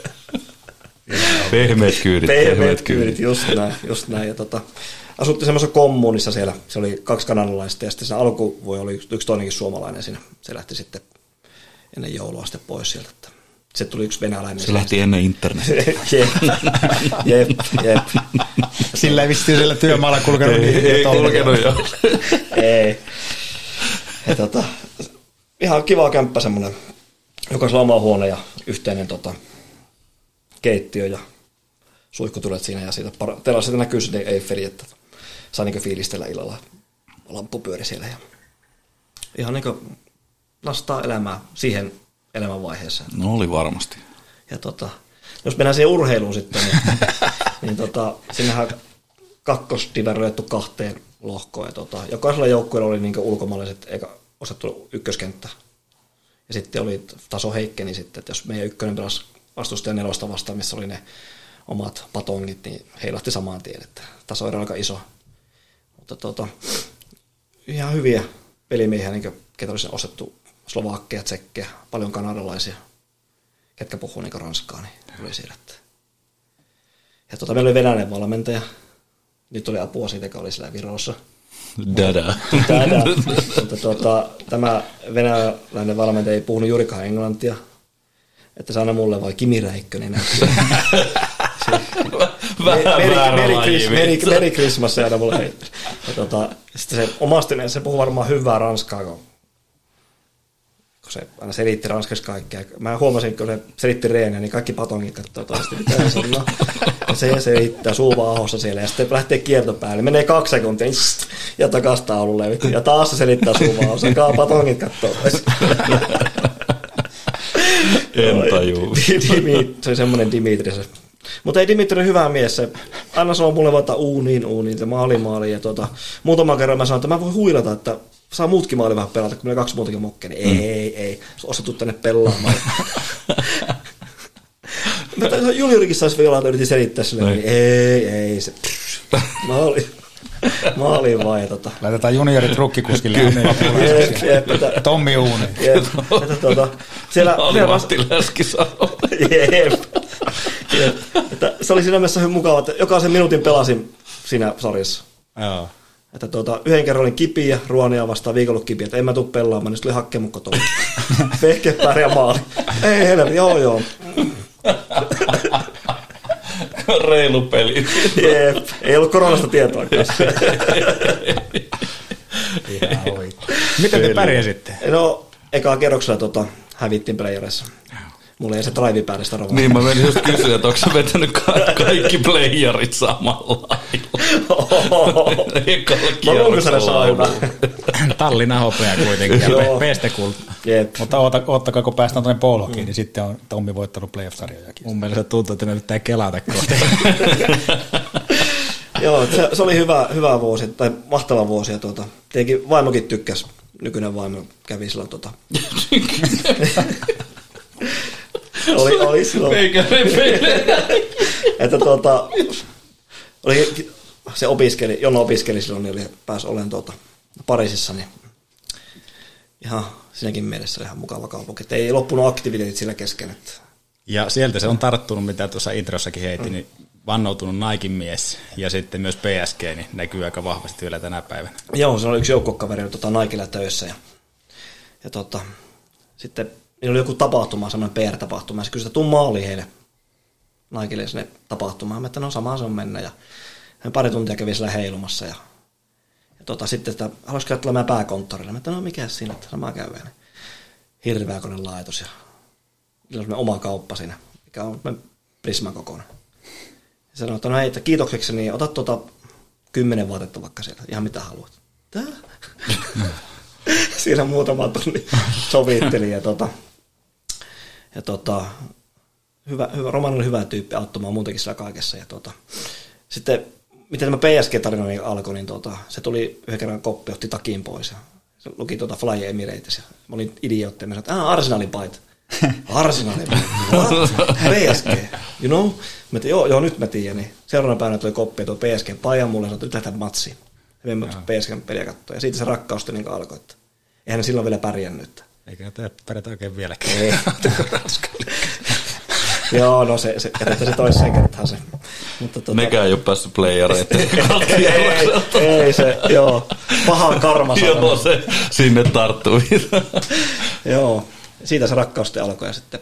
Pehmeät kyydit. Pehmeät kyydit, just näin. Just näin. Ja tota, asuttiin semmoisessa kommunissa siellä. Se oli kaksi kanadalaista ja sitten sen alkuvuosi oli yksi toinenkin suomalainen siinä. Se lähti sitten ennen joulua sitten pois sieltä. Se tuli yksi venäläinen. Se lähti ennen internetiä. jep, jep, jep. Sillä ei vissiin sillä työmaalla kulkenut. Ei, niin, ei kulkenut jo. Ei. Ja tota, ihan kiva kämppä semmoinen. Jokaisella oma huone ja yhteinen tota, keittiö ja suihkutulet siinä ja siitä para- terassilta näkyy sitten Eiffeli, että saa niinku fiilistellä illalla. Lamppu pyöri siellä ja ihan niinku nastaa elämää siihen elämänvaiheeseen. No oli varmasti. Ja tota, jos mennään siihen urheiluun sitten, niin, niin tota, sinnehän kakkosdivaroitettu kahteen lohkoon. Ja tota, jokaisella joukkueella oli niinku ulkomaalaiset eikä osattu ykköskenttä. Ja sitten oli taso heikkeni sitten, että jos meidän ykkönen pelasi vastustajan nelosta vastaan, missä oli ne omat patongit, niin heilahti samaan tien, että taso oli aika iso. Mutta tota, ihan hyviä pelimiehiä, niin ketä olisi osattu Slovakkeja, tsekkejä, paljon kanadalaisia, ketkä puhuu niin ranskaa, niin tuli siellä. Ja tota, meillä oli venäläinen valmentaja, nyt oli apua siitä, joka oli siellä Virossa. Dada. Dada. Mutta tuota, tämä venäläinen valmentaja ei puhunut juurikaan englantia, että se aina mulle vai Kimi Räikkönen näytti. Merry Christmas aina mulle heitti. Tota, sitten se omasti se puhui varmaan hyvää ranskaa, kun, kun se aina selitti ranskaksi kaikkea. Mä huomasin, kun se selitti reeniä, niin kaikki patongit katsoo toista, mitä se sanoo. Se selittää suuvaahossa siellä ja sitten lähtee kiertopäälle. Menee kaksi sekuntia ja takas taululle. Ja taas se selittää suuvaahossa. Patongit katsoo toista. En tajuu. Se oli semmoinen Dimitri. Mutta ei Dimitri oli hyvä mies. Se aina sanoi mulle vaan, että uuniin, uuniin, ja maali, maali. Ja tuota, muutaman kerran mä sanoin, että mä voin huilata, että saa muutkin maali vähän pelata, kun meillä kaksi muutakin mokkia. Niin mm. ei, ei, osattu tänne pelaamaan. Juniorikin saisi vielä, että yritin selittää sille, niin ei, ei, se maali. Maaliin vaan. Ja tota. Laitetaan juniorit rukkikuskille. Tommi Uuni. Tuota, siellä oli Matti Läski sanoo. Jep. Jep. Että se oli siinä mielessä hyvin mukava, että jokaisen minuutin pelasin siinä sarjassa. Joo. Että tuota, yhden kerran olin kipiä, Ruonia vastaan viikolla kipiä, että en mä tuu pelaamaan, niin sitten tuli hakkeen mun kotoa. Vehkepääri ja maali. Ei helvetti, joo joo. Reilu peli. Jep, ei ollut koronasta tietoa kanssa. Ihan oikein. Miten te pärjäsitte? No, ekaa kerroksella tota, hävittiin playerissa. Mulla ei se drive päälle sitä rovaa. Niin, mä menin just kysyä, että onko sä vetänyt ka- kaikki playerit samalla lailla? Mä luulen sen sauna. Tallinnan hopea kuitenkin. Joo. Pestekult. Mutta oottakaa, kun päästään tuonne Polhokiin, mm. niin sitten on Tommi voittanut playoff-sarjojakin. Mun mielestä tuntuu, että ne pitää kelata kohta. Joo, se, se oli hyvä, hyvä vuosi, tai mahtava vuosi. Ja tuota, tietenkin vaimokin tykkäsi, nykyinen vaimo kävi silloin tota... oli, oli silloin... Eikä että tuota... Oli, se opiskeli, Jonna opiskeli silloin, niin oli, pääsi olemaan tuota, Pariisissa, niin ihan siinäkin mielessä ihan mukava kaupunki. Että ei loppunut aktiviteetit sillä kesken. Että... Ja sieltä se on tarttunut, mitä tuossa introssakin heitti, mm. niin vannoutunut Naikin mies ja sitten myös P S G niin näkyy aika vahvasti vielä tänä päivänä. Joo, se oli yksi joukkokaveri tota, Naikilla töissä ja, ja tota, sitten niillä oli joku tapahtuma, semmoinen P R-tapahtuma ja se kysyi, että tuu maaliin heille Naikille sinne tapahtumaan. Mä että no samaan se on mennä ja hän pari tuntia kävi siellä heilumassa ja, ja tota, sitten, että haluaisiko käydä meidän pääkonttorille. Mä että no mikä siinä, että samaa käydään. Niin hirveä kone laitos ja niillä on semmoinen oma kauppa siinä, mikä on Prisman kokoinen. Ja sanoi, että no hei, että kiitokseksi, niin ota tuota kymmenen vaatetta vaikka sieltä, ihan mitä haluat. Tää? Siinä muutama tunni sovittelin ja tota, ja tota, hyvä, hyvä, Roman oli hyvä tyyppi auttamaan muutenkin siellä kaikessa. Ja tota, sitten, miten tämä P S G-tarina alkoi, niin tota, se tuli yhden kerran koppi, otti takin pois ja se luki tuota Fly Emirates ja mä olin idiootti ja mä sanoin, että Arsenalin paita. Arsenalin paita? P S G, you know? Mä tein, joo, joo, nyt mä tiedän. Niin seuraavana päivänä tuli koppi ja tuo P S G-paijan mulle ja sanoi, että nyt lähdetään matsiin. Ja me P S G-peliä katsoa. Ja siitä se rakkaus niin alkoi, että eihän ne silloin vielä pärjännyt. Eikä tämä pärjätä oikein vieläkään. Ei. Joo, no se, se jätetään se toiseen kertaan se. Mutta tota... Nekään ei ole päässyt playereiden ei, ei, ei se, joo. Paha karma. Joo, se sinne tarttuu. Joo, siitä se rakkaus sitten alkoi ja sitten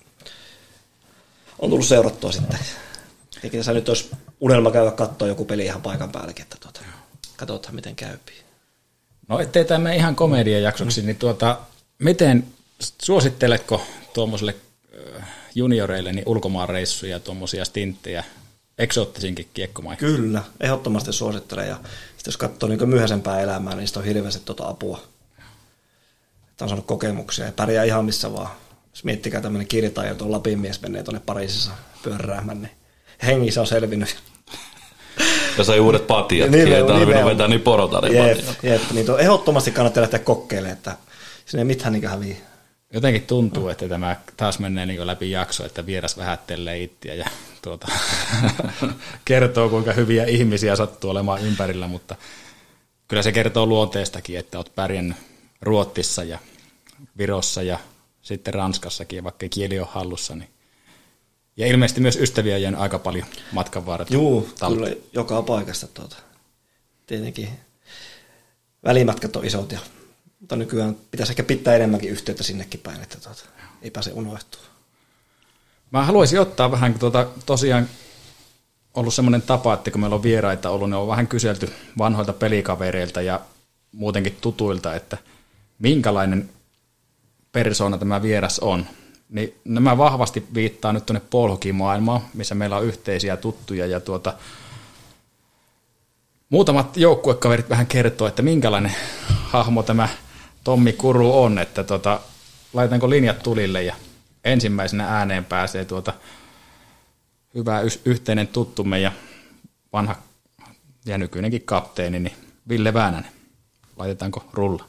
on tullut seurattua sitten. Eikä tässä nyt olisi unelma käydä katsoa joku peli ihan paikan päällekin, että tuota, katsotaan miten käypii. No ettei tämä mene ihan komediajaksoksi, mm. niin tuota, miten suositteletko tuommoiselle junioreille niin ulkomaanreissuja, tuommoisia stinttejä, eksoottisinkin kiekkomaihin? Kyllä, ehdottomasti suosittelen. Ja sitten jos katsoo niin myöhäisempää elämää, niin sitä on hirveästi tuota apua. Että on saanut kokemuksia ja pärjää ihan missä vaan. Jos miettikää tämmöinen kirjataja, tuon Lapin mies menee tuonne Pariisissa pyöräämään, niin hengissä on selvinnyt. Ja sai uudet patjat, niin, ei tarvinnut vetää niin porotarin jep, jep, niin ehdottomasti kannattaa lähteä kokeilemaan, että sinne ei mitään niin häviä. Jotenkin tuntuu, että tämä taas menee niin läpi jakso, että vieras vähättelee itseä ja tuota, kertoo, kuinka hyviä ihmisiä sattuu olemaan ympärillä, mutta kyllä se kertoo luonteestakin, että olet pärjännyt Ruotsissa ja Virossa ja sitten Ranskassakin, vaikka kieli on hallussa. Niin. Ja ilmeisesti myös ystäviä on jäänyt aika paljon matkan varrella. Juu, kyllä joka paikasta. Tuota. Tietenkin välimatkat on isot, ja, mutta nykyään pitäisi ehkä pitää enemmänkin yhteyttä sinnekin päin, että tuota, ei pääse unohtua. Mä haluaisin ottaa vähän, kun tuota, tosiaan ollut semmoinen tapa, että kun meillä on vieraita ollut, ne on vähän kyselty vanhoilta pelikavereilta ja muutenkin tutuilta, että minkälainen persoona tämä vieras on. Niin nämä vahvasti viittaa nyt tuonne Polhoki-maailmaan, missä meillä on yhteisiä tuttuja ja tuota, muutamat joukkuekaverit vähän kertoo, että minkälainen hahmo tämä Tommi Kuru on, että tuota, laitanko linjat tulille ja ensimmäisenä ääneen pääsee tuota hyvä yhteinen tuttumme ja vanha ja nykyinenkin kapteeni, niin Ville Väänänen. Laitetaanko rulla?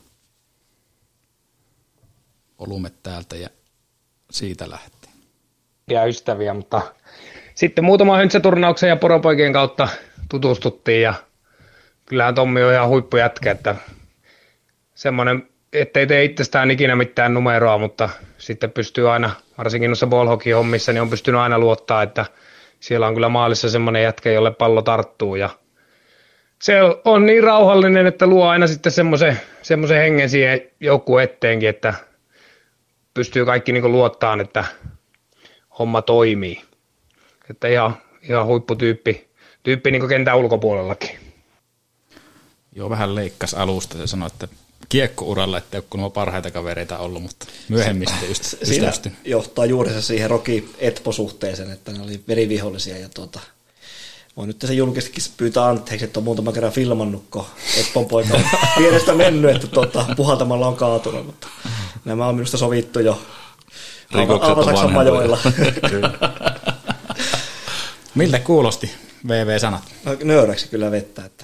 Volumet täältä ja siitä lähtee. Ja ystäviä, mutta sitten muutama höntsäturnauksen ja poropoikien kautta tutustuttiin ja kyllähän Tommi on ihan huippujätkä, että semmoinen, ettei tee itsestään ikinä mitään numeroa, mutta sitten pystyy aina, varsinkin noissa ballhockey-hommissa, niin on pystynyt aina luottaa, että siellä on kyllä maalissa semmoinen jätkä, jolle pallo tarttuu ja se on niin rauhallinen, että luo aina sitten semmoisen, semmoisen hengen siihen joukkueen etteenkin, että pystyy kaikki niin luottamaan, että homma toimii. Että ihan, ihan huipputyyppi tyyppi niin kuin kentän ulkopuolellakin. Joo, vähän leikkas alusta ja sanoi, että kiekkouralla, että ei ole kun parhaita kavereita ollut, mutta myöhemmin sitten just ystävystyn. Johtaa juuri se siihen Roki-Etpo-suhteeseen, että ne oli verivihollisia ja tuota, voin nyt se julkisesti pyytää anteeksi, että on muutama kerran filmannut, kun Etpon poika on vierestä mennyt, että tuota, puhaltamalla on kaatunut, mutta nämä on minusta sovittu jo Aalto-Saksan majoilla. Miltä kuulosti V V-sanat? No, nöyräksi kyllä vettä, että,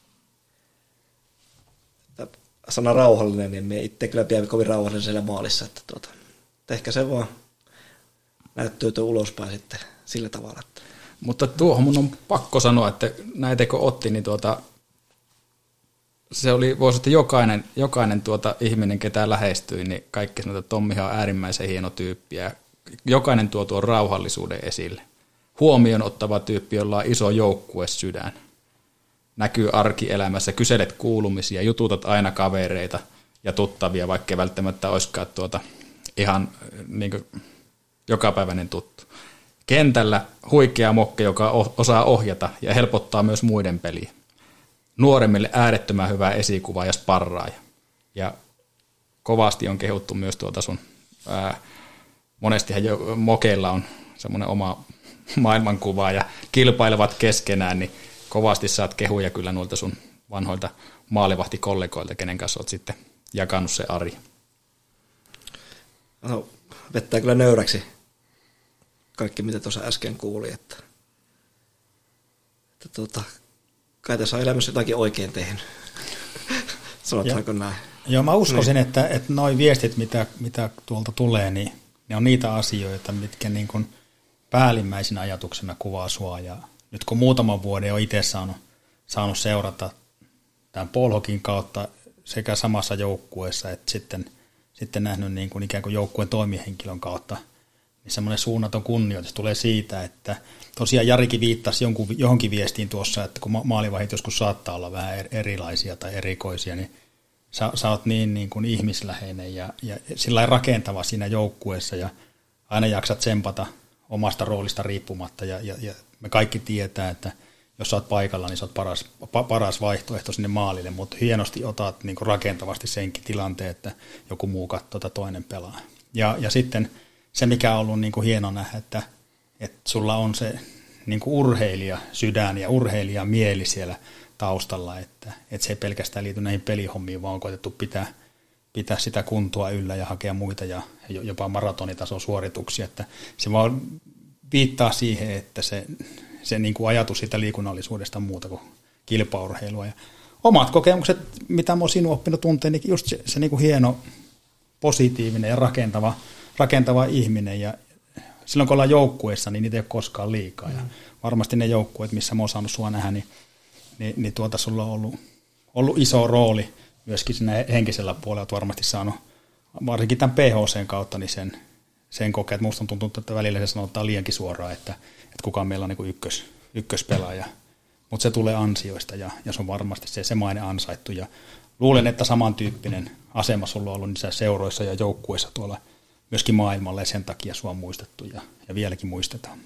että sana rauhallinen, niin me itse kyllä pidämme kovin rauhallinen siellä maalissa, että, tuota, että ehkä se vaan näyttyytyy ulospäin sitten sillä tavalla. Että. Mutta tuohon mun on pakko sanoa, että näitä kun otti, niin tuota, se oli, voisi että jokainen, jokainen tuota ihminen, ketä lähestyi, niin kaikki sanoi, että Tommihan on äärimmäisen hieno tyyppi ja jokainen tuo tuon rauhallisuuden esille. Huomioon ottava tyyppi, jolla on iso joukkue sydän. Näkyy arkielämässä, kyselet kuulumisia, jututat aina kavereita ja tuttavia, vaikka ei välttämättä olisikaan tuota ihan niin kuin jokapäiväinen tuttu. Kentällä huikea mokke, joka osaa ohjata ja helpottaa myös muiden peliä. Nuoremmille äärettömän hyvä esikuva ja sparraaja. Ja kovasti on kehuttu myös tuota sun, ää, monestihan jo mokeilla on semmoinen oma maailmankuva ja kilpailevat keskenään, niin kovasti saat kehuja kyllä noilta sun vanhoilta maalivahtikollegoilta, kenen kanssa olet sitten jakanut se Ari. No, vettää kyllä nöyräksi kaikki, mitä tuossa äsken kuuli, että, että tuota, kai tässä on elämässä jotakin oikein tehnyt. Sanotaanko näin? Joo, mä uskoisin, niin. että, että noi viestit, mitä, mitä tuolta tulee, niin ne on niitä asioita, mitkä niin kuin päällimmäisenä ajatuksena kuvaa sua. Ja nyt kun muutaman vuoden on itse saanut, saanut seurata tämän Polhokin kautta sekä samassa joukkueessa, että sitten, sitten nähnyt niin kuin ikään kuin joukkueen toimihenkilön kautta, niin semmoinen suunnaton kunnioitus tulee siitä, että tosiaan Jarikin viittasi jonkun, johonkin viestiin tuossa, että kun maalivahit joskus saattaa olla vähän erilaisia tai erikoisia, niin sä, sä oot niin, niin kuin ihmisläheinen ja, ja sillä rakentava siinä joukkueessa ja aina jaksat tsempata omasta roolista riippumatta ja, ja, ja me kaikki tietää, että jos sä oot paikalla, niin sä oot paras, pa, paras vaihtoehto sinne maalille, mutta hienosti otat niin kuin rakentavasti senkin tilanteen, että joku muu katsoo tai toinen pelaa. Ja, ja sitten se, mikä on ollut niin kuin hieno nähdä, että, että sulla on se niin kuin urheilija sydän ja urheilija mieli siellä taustalla, että, että se ei pelkästään liity näihin pelihommiin, vaan on koetettu pitää, pitää sitä kuntoa yllä ja hakea muita ja jopa maratonitason suorituksia, että se vaan viittaa siihen, että se, se niin kuin ajatus siitä liikunnallisuudesta on muuta kuin kilpaurheilua. Ja omat kokemukset, mitä mä oon sinun oppinut tunteen, niin just se, se niin kuin hieno, positiivinen ja rakentava, rakentava ihminen ja silloin kun ollaan joukkueessa, niin niitä ei ole koskaan liikaa. Ja varmasti ne joukkueet, missä mä oon saanut sua nähdä, niin, niin, niin tuota sulla on ollut, ollut iso rooli myöskin siinä henkisellä puolella, että varmasti saanut varsinkin tämän P H C:n kautta niin sen, sen kokea, että musta on tuntunut, että välillä se sanotaan liiankin suoraan, että, että kukaan meillä on niin kuin ykkös, ykköspelaaja. Mutta se tulee ansioista ja, ja se on varmasti se, se maine ansaittu. Ja luulen, että samantyyppinen asema sulla on ollut niissä seuroissa ja joukkueissa tuolla myöskin maailmalla ja sen takia sua on muistettu ja, ja vieläkin muistetaan.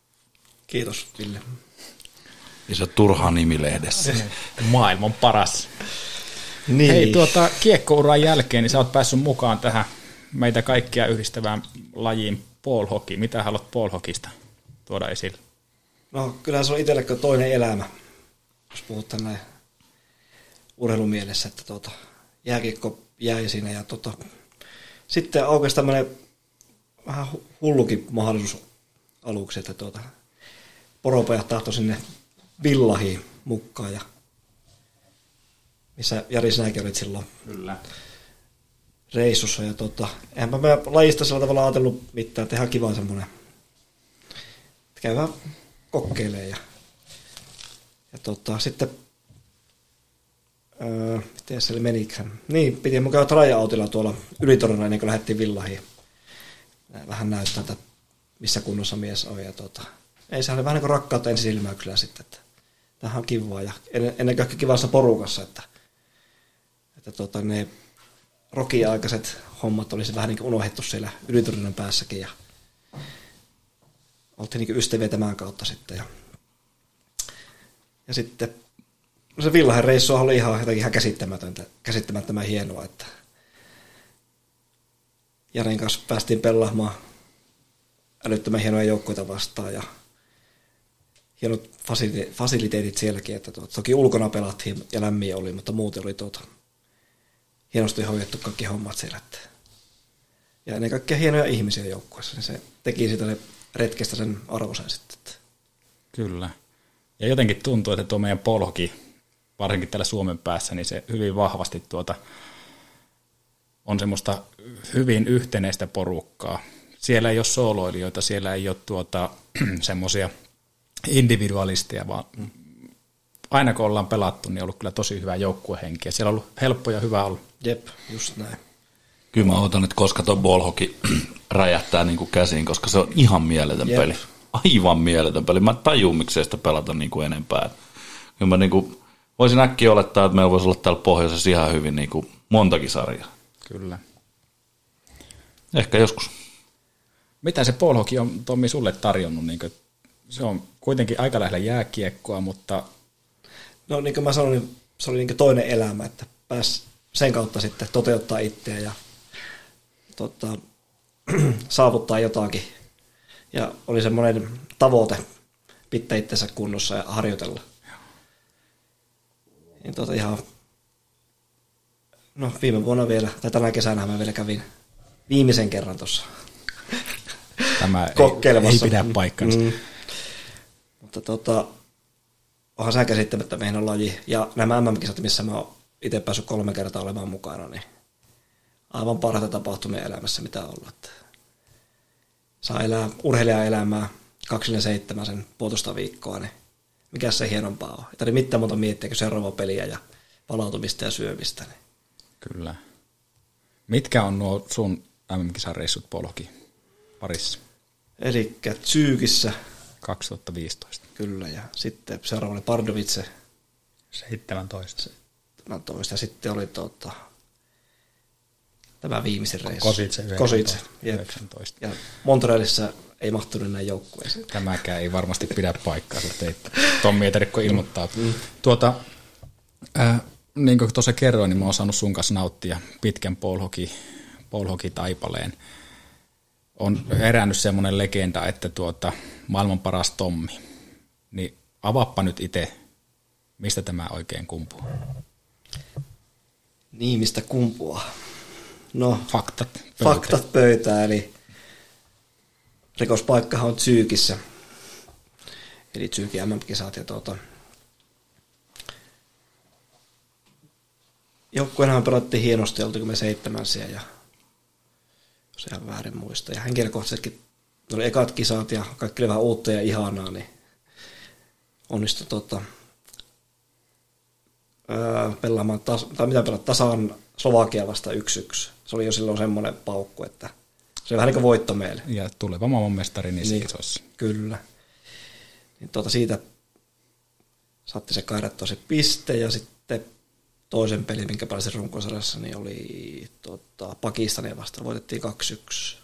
Kiitos, Ville. Ja se on turhaa nimilehdessä. Maailman paras. Niin. Hei, tuota, kiekkouran jälkeen niin sä oot päässyt mukaan tähän meitä kaikkia yhdistävään lajiin pole hockey. Mitä haluat pole hockeysta tuoda esille? No kyllähän se on itselle toinen elämä, jos puhutaan näin urheilumielessä, että tuota, jääkiekko jäi siinä ja tuota, sitten aukesi tämmöinen vähän hullukin mahdollisuus aluksi, että tuota, poropojat tahtoi sinne Villahiin mukaan, ja missä Jari sinäkin olit silloin Kyllä. reissussa. Ja tuota, enpä mä lajista sillä tavalla ajatellut mitään, tehdään kiva semmoinen, että käydään kokeilemaan. Ja, ja tuota, sitten, öö, miten se menikään? Niin, piti mun käydä raja-autilla tuolla Ylitorilla ennen kuin lähdettiin Villahiin. Vähän näyttää, että missä kunnossa mies on. Ja tuota, ei se ole vähän niin kuin rakkautta ensisilmäyksellä sitten, että tämähän on kivaa. Ja ennen kaikkea kivassa porukassa, että, että tuota, ne rokia-aikaiset hommat olisi vähän niin kuin unohdettu siellä Ylitorinen päässäkin. Ja, oltiin niin ystäviä tämän kautta sitten. Ja, ja sitten no se Villahen reissu oli ihan jotenkin ihan käsittämätöntä, käsittämättömän hienoa, että Jarin kanssa päästiin pelaamaan älyttömän hienoja joukkoita vastaan ja hienot fasiliteetit sielläkin, että tuota, toki ulkona pelattiin ja lämmin oli, mutta muuten oli tuota, hienosti hoidettu kaikki hommat siellä. Että. Ja ennen kaikkea hienoja ihmisiä joukkueessa, niin se teki siitä se retkestä sen arvoisen sitten. Että. Kyllä. Ja jotenkin tuntuu, että tuo meidän polhoki, varsinkin täällä Suomen päässä, niin se hyvin vahvasti tuota, on semmoista hyvin yhtenäistä porukkaa. Siellä ei ole sooloilijoita, siellä ei ole tuota, semmoisia individualisteja, vaan aina kun ollaan pelattu, niin on ollut kyllä tosi hyvä joukkuehenki. Ja siellä on ollut helppo ja hyvä olla. Jep, just näin. Kyllä mä odotan, että koska tuo ballhockey räjähtää niin kuin käsiin, koska se on ihan mieletön Jep. peli. Aivan mieletön peli. Mä en tajuu, miksei sitä pelata niin kuin enempää. Kyllä mä niin kuin voisin äkkiä olettaa, että meillä voisi olla täällä pohjoisessa ihan hyvin niin kuin montakin sarjaa. Kyllä. Ehkä joskus. Mitä se ballhockey on, Tommi, sulle tarjonnut? Niin kuin, se on kuitenkin aika lähellä jääkiekkoa, mutta... No niin kuin mä sanoin, se oli niin kuin toinen elämä, että pääsi sen kautta sitten toteuttaa itseä ja tota, saavuttaa jotakin. Ja oli semmoinen tavoite pitää itsensä kunnossa ja harjoitella. Niin tota ihan... No viime vuonna vielä, tai tänä kesänä mä vielä kävin viimeisen kerran tuossa Tämä ei, ei pidä paikkansa. Mm. Mutta tota, onhan sä käsittämättä meidän laji. Ja nämä M M-kisat, missä mä oon itse päässyt kolme kertaa olemaan mukana, niin aivan parhaita tapahtumia elämässä, mitä on ollut. Saa elää urheilijaelämää kaksikymmentäseitsemän sen puolitoista viikkoa, niin mikä se hienompaa on. Ei tarvitse mitään muuta miettiä kuin seuraavaa peliä ja palautumista ja syömistä. Niin. Kyllä. Mitkä on nuo sun M M-kisan reissut polki parissa? Elikkä Tsyykissä. kaksituhattaviisitoista. Kyllä, ja sitten seuraava oli Pardubice. seitsemäntoista. seitsemäntoista, ja sitten oli tuota, tämä viimeisen reissu. Kosice. Kosice, yhdeksäntoista. Ja Montrealissa ei mahtunut näin joukkueeseen. Tämäkään ei varmasti pidä paikkaa, että ei Tommi ei tarvitse ilmoittaa. Mm. Tuota, äh, niin kuin tuossa kerroin, niin mä oon saanut sun kanssa nauttia pitkän ballhockey-taipaleen. On herännyt semmoinen legenda, että tuota, maailman paras Tommi. Niin avaappa nyt itse, mistä tämä oikein kumpuaa? Niin, mistä kumpuaa? No, faktat pöytään. Faktat pöytään, eli rikospaikkahan on Tsyykissä. Eli Tsyykin M M-kisat ja tuota, joukkueenahan pelattiin hienosti, oltiinko me seitsemänsiä ja jos ihan väärin muista. Ja henkilökohtaisestikin ne oli ekat kisat ja kaikki oli vähän uutta ja ihanaa, niin onnistui tota, öö, pelaamaan, tas, tai mitä pelata, tasan Slovakia vasta yksi yksi. Se oli jo silloin semmoinen paukku, että se oli vähän niin kuin voitto meille. Ja tuleva maailmanmestari niissä niin, kisoissa. Kyllä. Niin tuota, siitä saatti se kairattua se piste ja sitten toisen pelin, minkä pääsin runkosarjassa, niin oli tota, Pakistania vastaan. Voitettiin kaksi yksi.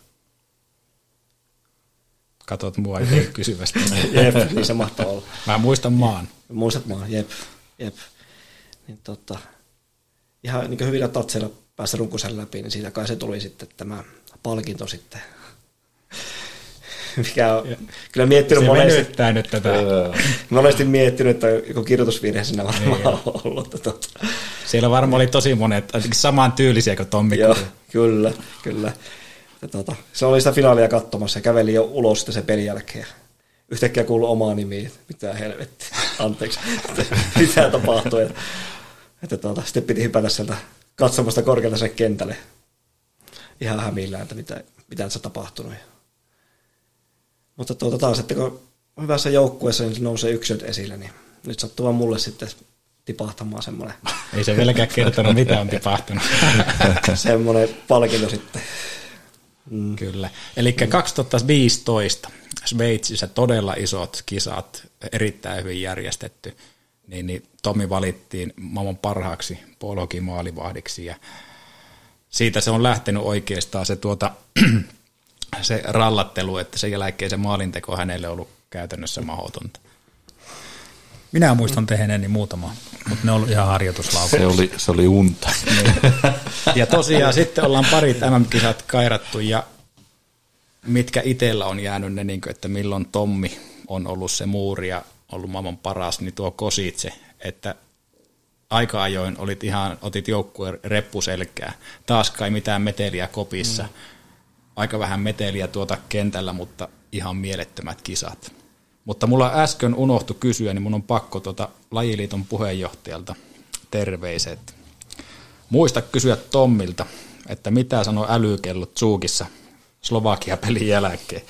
Katot mua ei kysyvästi. Jep, niin se mahtaa olla. Mä muistan maan. Muistat maan, jep. jep. Niin, tota, ihan niin hyvillä tatseilla päästä runkosen läpi, niin siitä kai se tuli sitten tämä palkinto sitten. Mikä on, kyllä miettinyt se monesti. Se nyt tätä. Monesti miettinyt, että joku kirjoitusvirhe siinä varmaan on ollut. Tota. Siellä varmaan oli tosi monet, saman tyylisiä kuin Tommi. Joo, kyllä, kyllä. Tota, se oli sitä finaalia katsomassa ja käveli jo ulos sitten sen pelin jälkeen. Yhtäkkiä kuului omaa nimiä, mitä helvetti, anteeksi, mitä tapahtui. Että, että tota, sitten piti hypätä sieltä katsomasta korkealta sen kentälle. Ihan hämillään, että mitä, mitä se tapahtunut. Mutta tuota taas, että kun hyvässä joukkueessa niin nousee yksilöt esille, niin nyt sattuu vaan mulle sitten tipahtamaan semmoinen. Ei se vieläkään kertonut, mitä on tipahtunut. Semmoinen palkinto sitten. Mm. Kyllä. Eli kaksituhattaviisitoista Sveitsissä todella isot kisat, erittäin hyvin järjestetty, niin, niin Tommi valittiin maailman parhaaksi ballhockeyn maalivahdiksi ja siitä se on lähtenyt oikeastaan se tuota, se rallattelu, että sen jälkeen se maalinteko hänelle on ollut käytännössä mahdotonta. Minä muistan teheneeni muutama, mutta ne on ollut ihan harjoituslaukauksia. Se oli, se oli unta. Ja tosiaan sitten ollaan parit M M-kisat kairattu, ja mitkä itsellä on jäänyt ne, niin kuin, että milloin Tommi on ollut se muuri ja ollut maailman paras, niin tuo Kositse, että aika ajoin olit ihan, otit joukkueen reppuselkää. Taas kai mitään meteliä kopissa. Mm. Aika vähän meteliä tuota kentällä, mutta ihan mielettömät kisat. Mutta mulla äsken unohtui kysyä, niin mun on pakko tuota lajiliiton puheenjohtajalta terveiset. Muista kysyä Tommilta, että mitä sanoi älykellot Zoukissa Slovakia-pelin jälkeen.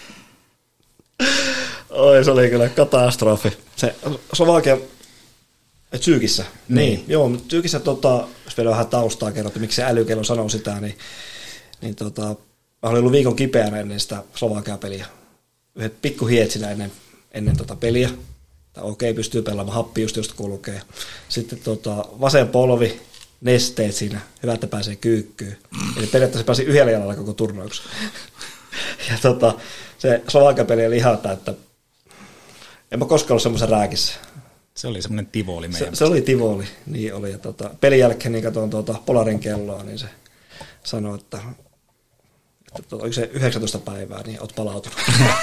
Oi, se oli kyllä katastrofi. Se Slovakia Zykissä. Niin. niin. Joo, mutta Zykissä, tota, jos vielä vähän taustaa kerrottu, miksi se älykello sanoo sitä, niin, niin tota, mä olin ollut viikon kipeänä ennen sitä Slovakia-peliä. Yhdet pikku hietsinä ennen, ennen tota peliä. Tai okei, pystyy pelaamaan, happi just just kulkee. Sitten tota, vasen polvi, nesteet siinä, hyvä, että pääsee kyykkyyn. Eli periaatteessa pääsi yhdellä jalalla koko turnauksen. Ja tota, se Slovakia-peli oli ihana, että en mä koskaan ollut semmoisen rääkissä. Se oli semmoinen tivoli meidän. Se, se oli tivoli, niin oli. Ja tota, pelin jälkeen niin katsoin tuota Polarin kelloa, niin se sanoi, että, että tuota, oliko se yhdeksäntoista päivää, niin oot palautunut.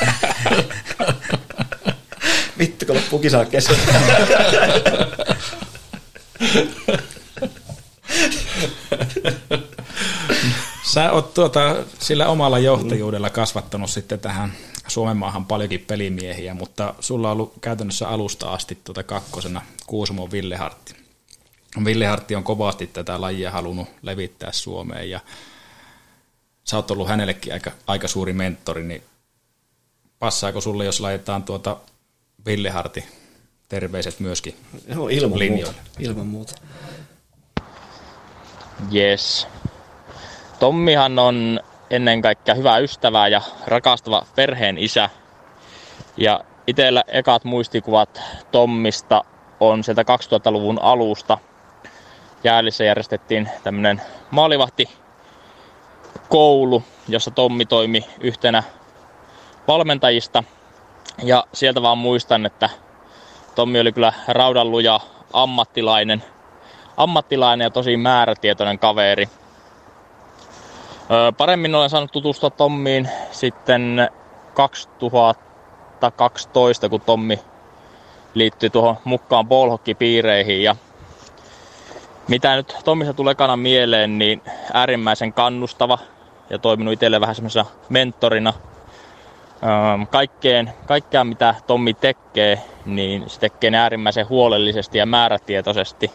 Vittu, kun loppuu kisaa kesken. Sä oot tuota, sillä omalla johtajuudella kasvattanut sitten tähän Suomen maahan paljonkin pelimiehiä, mutta sulla on ollut käytännössä alusta asti tuota kakkosena Kuusamon Ville Hartti. Ville Hartti on kovasti tätä lajia halunnut levittää Suomeen, ja sä oot ollut hänellekin aika, aika suuri mentori, niin passaako sulle, jos laitetaan tuota Ville Hartti terveiset myöskin Joo, ilman linjoille? Muuta. Ilman muuta. Yes. Tommihan on ennen kaikkea hyvä ystävä ja rakastava perheen isä. Ja itsellä ekat muistikuvat Tommista on sieltä kaksituhattaluvun alusta. Jäälissä järjestettiin tämmönen maalivahtikoulu, jossa Tommi toimi yhtenä valmentajista. Ja sieltä vaan muistan, että Tommi oli kyllä raudanluja ammattilainen, ammattilainen ja tosi määrätietoinen kaveri. Öö, paremmin olen saanut tutustua Tommiin sitten kaksituhattakaksitoista, kun Tommi liittyi tuohon mukaan ballhockey-piireihin. Ja mitä nyt Tommista tulee ekana mieleen, niin äärimmäisen kannustava ja toiminut itselle vähän semmoisena mentorina. Öö, kaikkeen, kaikkea mitä Tommi tekee, niin se tekee ne äärimmäisen huolellisesti ja määrätietoisesti.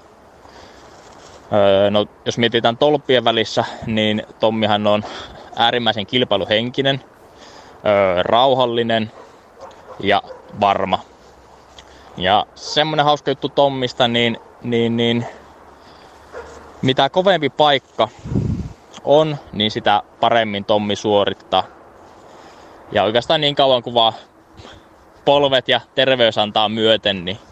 No, jos mietitään tolppien välissä, niin Tommihan on äärimmäisen kilpailuhenkinen, rauhallinen ja varma. Ja semmoinen hauska juttu Tommista, niin, niin, niin mitä kovempi paikka on, niin sitä paremmin Tommi suorittaa. Ja oikeastaan niin kauan kuin vaan polvet ja terveys antaa myöten, niin,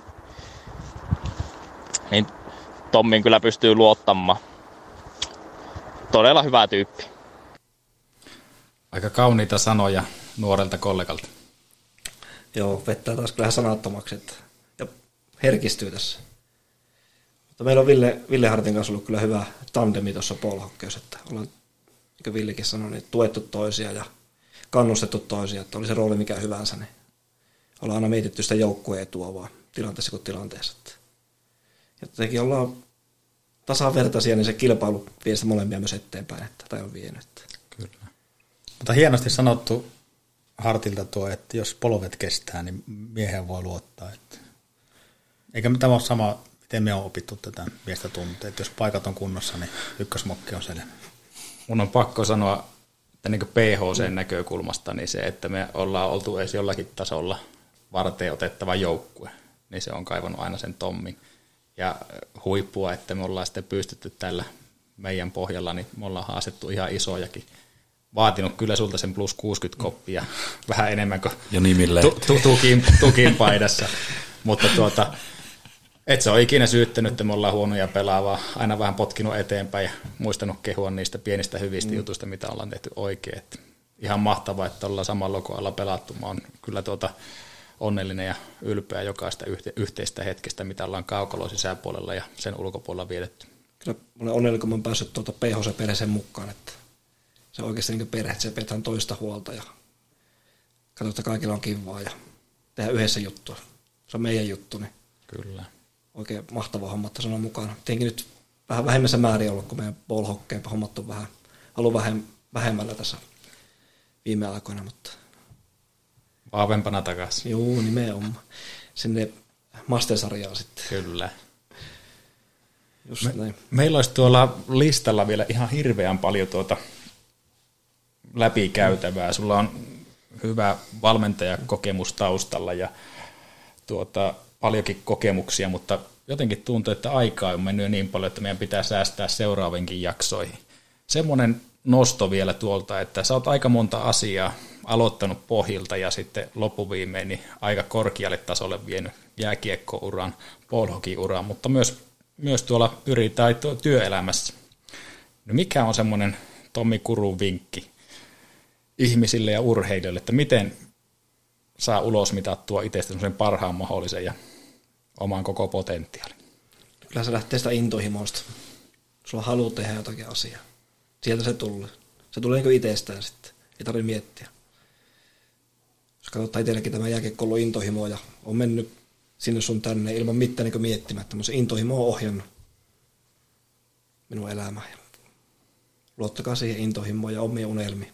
niin Tommiin kyllä pystyy luottamaan. Todella hyvä tyyppi. Aika kauniita sanoja nuorelta kollegalta. Joo, vettää taas kyllä sanattomaksi, että, ja herkistyy tässä. Mutta meillä on Ville, Ville Hartin kanssa ollut kyllä hyvä tandemi tuossa ballhockeyssa, että ollaan, niin kuin Villekin sanoi, niin tuettu toisia ja kannustettu toisia, että oli se rooli mikä hyvänsä, niin ollaan aina mietitty sitä joukkueen etua vaan tilanteessa kuin tilanteessa. Ja tietenkin ollaan tasavertaisia, niin se kilpailu vie sitä molempia myös eteenpäin, että, tai on vienyt. Kyllä. Mutta hienosti sanottu Hartilta tuo, että jos polvet kestää, niin miehen voi luottaa. Että eikä tämä ole sama, miten me on opittu tätä miestä tuntea, että jos paikat on kunnossa, niin ykkösmokki on selvä. Mun on pakko sanoa, että niin kuin P H C-näkökulmasta, niin se, että me ollaan oltu edes jollakin tasolla varten otettava joukkue, niin se on kaivannut aina sen Tommin. Ja huippua, että me ollaan sitten pystytty tällä meidän pohjalla, niin me ollaan haastettu ihan isojakin. Vaatinut kyllä sulta sen plus kuusikymmentä koppia, vähän enemmän kuin tu- tu- tukin, tukin paidassa. Mutta tuota, et se ole ikinä syyttänyt, että me ollaan huonoja pelaavaa, aina vähän potkinut eteenpäin ja muistanut kehua niistä pienistä hyvistä mm. jutuista, mitä ollaan tehty oikein. Et ihan mahtavaa, että ollaan saman logon alla pelattu. Mä oon kyllä tuota onnellinen ja ylpeä jokaista yhte, yhteistä hetkestä, mitä ollaan kaukalon sisäpuolella ja sen ulkopuolella vietetty. Kyllä mä olen onnellinen, kun mä oon päässyt tuota P H C-perheeseen mukaan, että se on oikeasti niin perhe, että se pidetään toista huolta ja katsotaan, että kaikilla on kivaa ja tehdään yhdessä juttua. Se on meidän juttu, niin kyllä. Oikein mahtava homma, että se on mukana. Tietenkin nyt vähän vähemmässä määrin ollut, kun meidän ballhockey hommat on vähän, ollut vähem, vähemmällä tässä viime aikoina, mutta vahvempana takaisin. Joo, nimenomaan. Sinne Master-sarjaan sitten. Kyllä. Just Me, näin. Meillä olisi tuolla listalla vielä ihan hirveän paljon tuota läpikäytävää. Sulla on hyvä valmentajakokemus taustalla ja tuota, paljonkin kokemuksia, mutta jotenkin tuntuu, että aikaa on mennyt niin paljon, että meidän pitää säästää seuraaviinkin jaksoihin. Semmoinen nosto vielä tuolta, että sä oot aika monta asiaa aloittanut pohjilta ja sitten loppuviimein niin aika korkealle tasolle vienyt jääkiekkouran, ballhockey-uran, mutta myös, myös tuolla yri- tai työelämässä. No mikä on semmoinen Tommi Kurun vinkki ihmisille ja urheilijoille, että miten saa ulos mitattua itsestä semmoisen parhaan mahdollisen ja oman koko potentiaalin? Kyllä se lähtee sitä intohimoista. Sulla haluaa tehdä jotakin asiaa. Sieltä se tulee. Se tulee niin itsestään sitten. Ei tarvitse miettiä. Jos katsotaan itselläkin tämä jääkiekko ollut intohimoa ja on mennyt sinne sun tänne ilman mitään niin miettimättä, mutta se intohimo on ohjannut minun elämää. Luottakaa siihen intohimoon ja omiin unelmiin.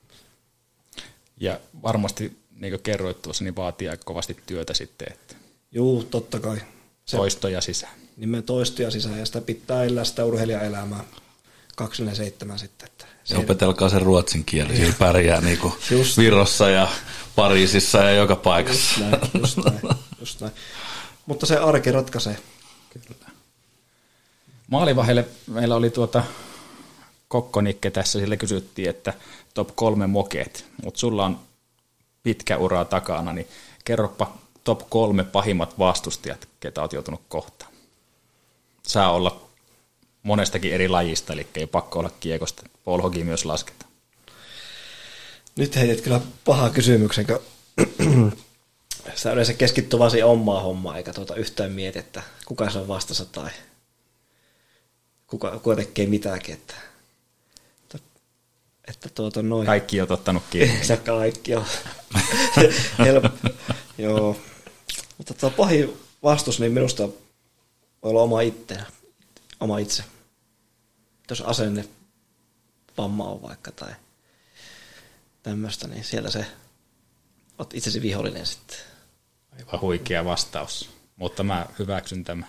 Ja varmasti, niin kuin kerroit tuossa, niin vaatii aika kovasti työtä sitten. Että Juu, totta kai. Se, toistoja sisään. Nimen toistoja sisään ja sitä pitää elää sitä urheilijaelämää kaksikymmentäseitsemän sitten. Että ja opetelkaa sen ruotsin kieli, sillä pärjää niin kuin Virossa ja Pariisissa ja joka paikassa. Just näin, just näin, just näin. Mutta se arki ratkaisee. Kyllä. Maalivahille meillä oli tuota Kokkonikke tässä, sille kysyttiin, että top kolme mokeet, mutta sulla on pitkä ura takana, niin kerropa top kolme pahimmat vastustajat, ketä olet joutunut kohtaan. Saa olla monestakin eri lajista, eli ei pakko olla kiekosta. Ballhockey myös lasketaan. Nyt heitit kyllä paha kysymyksen, kun sä yleensä keskittyy vaan siihen omaa hommaa, eikä tuota yhtään mieti, että kuka se on vastassa tai kuka, kuka tekee mitäkin. Että, että, että tuota noin. Kaikki on ottanut kiinni. Se kaikki on. Joo. Mutta tuo pahin vastus, niin minusta voi olla oma itse. Oma itse. Jos asenne vamma on vaikka tai tämmöistä, niin sieltä se oot itsesi vihollinen sitten. Aivan huikea vastaus, mutta mä hyväksyn tämän.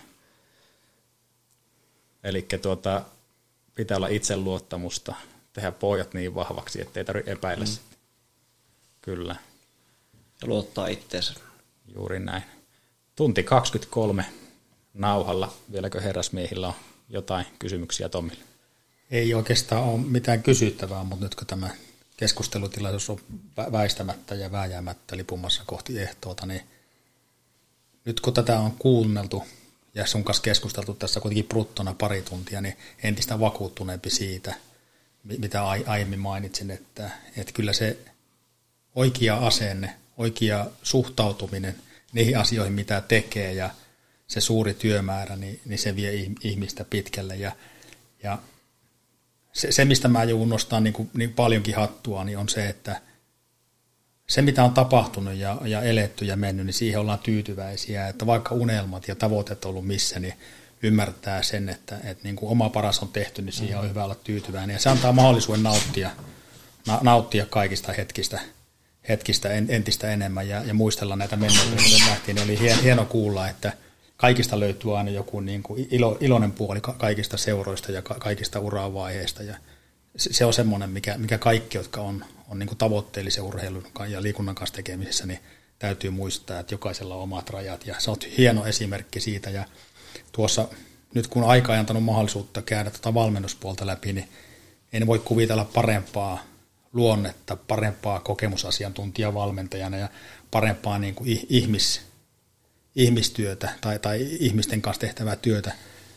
Eli tuota, pitää olla itseluottamusta, tehdä pohjat niin vahvaksi, ettei tarvitse epäillä mm. sitä. Kyllä. Ja luottaa itseensä. Juuri näin. Tunti kaksikymmentäkolme nauhalla. Vieläkö herrasmiehillä on jotain kysymyksiä Tommille? Ei oikeastaan ole mitään kysyttävää, mutta nyt kun tämä keskustelutilaisuus on väistämättä ja vääjäämättä lipumassa kohti ehtoota, niin nyt kun tätä on kuunneltu ja sun kanssa keskusteltu tässä kuitenkin bruttona pari tuntia, niin entistä vakuuttuneempi siitä, mitä aiemmin mainitsin, että, että kyllä se oikea asenne, oikea suhtautuminen niihin asioihin, mitä tekee ja se suuri työmäärä, niin, niin se vie ihmistä pitkälle. Ja, ja se, se, mistä mä joudun nostamaan niin, niin paljonkin hattua, niin on se, että se, mitä on tapahtunut ja, ja eletty ja mennyt, niin siihen ollaan tyytyväisiä. Että vaikka unelmat ja tavoitteet on ollut missä, niin ymmärtää sen, että, että niin kuin oma paras on tehty, niin siihen on hyvä olla tyytyväinen. Ja se antaa mahdollisuuden nauttia, na, nauttia kaikista hetkistä, hetkistä entistä enemmän ja, ja muistella näitä menneitä, kun me nähtiin. Niin oli hieno kuulla, että kaikista löytyy aina joku niin kuin ilo, iloinen puoli kaikista seuroista ja ka, kaikista uravaiheista. Ja se, se on semmoinen, mikä, mikä kaikki, jotka on, on niin kuin tavoitteellisen urheilun ja liikunnan kanssa tekemisessä, niin täytyy muistaa, että jokaisella on omat rajat. Ja sä oot hieno esimerkki siitä. Ja tuossa nyt kun aika ei antanut mahdollisuutta käydä tuota valmennuspuolta läpi, niin en voi kuvitella parempaa luonnetta, parempaa kokemusasiantuntijavalmentajana ja parempaa niin kuin ihmis, ihmistyötä tai, tai ihmisten kanssa tehtävää työtä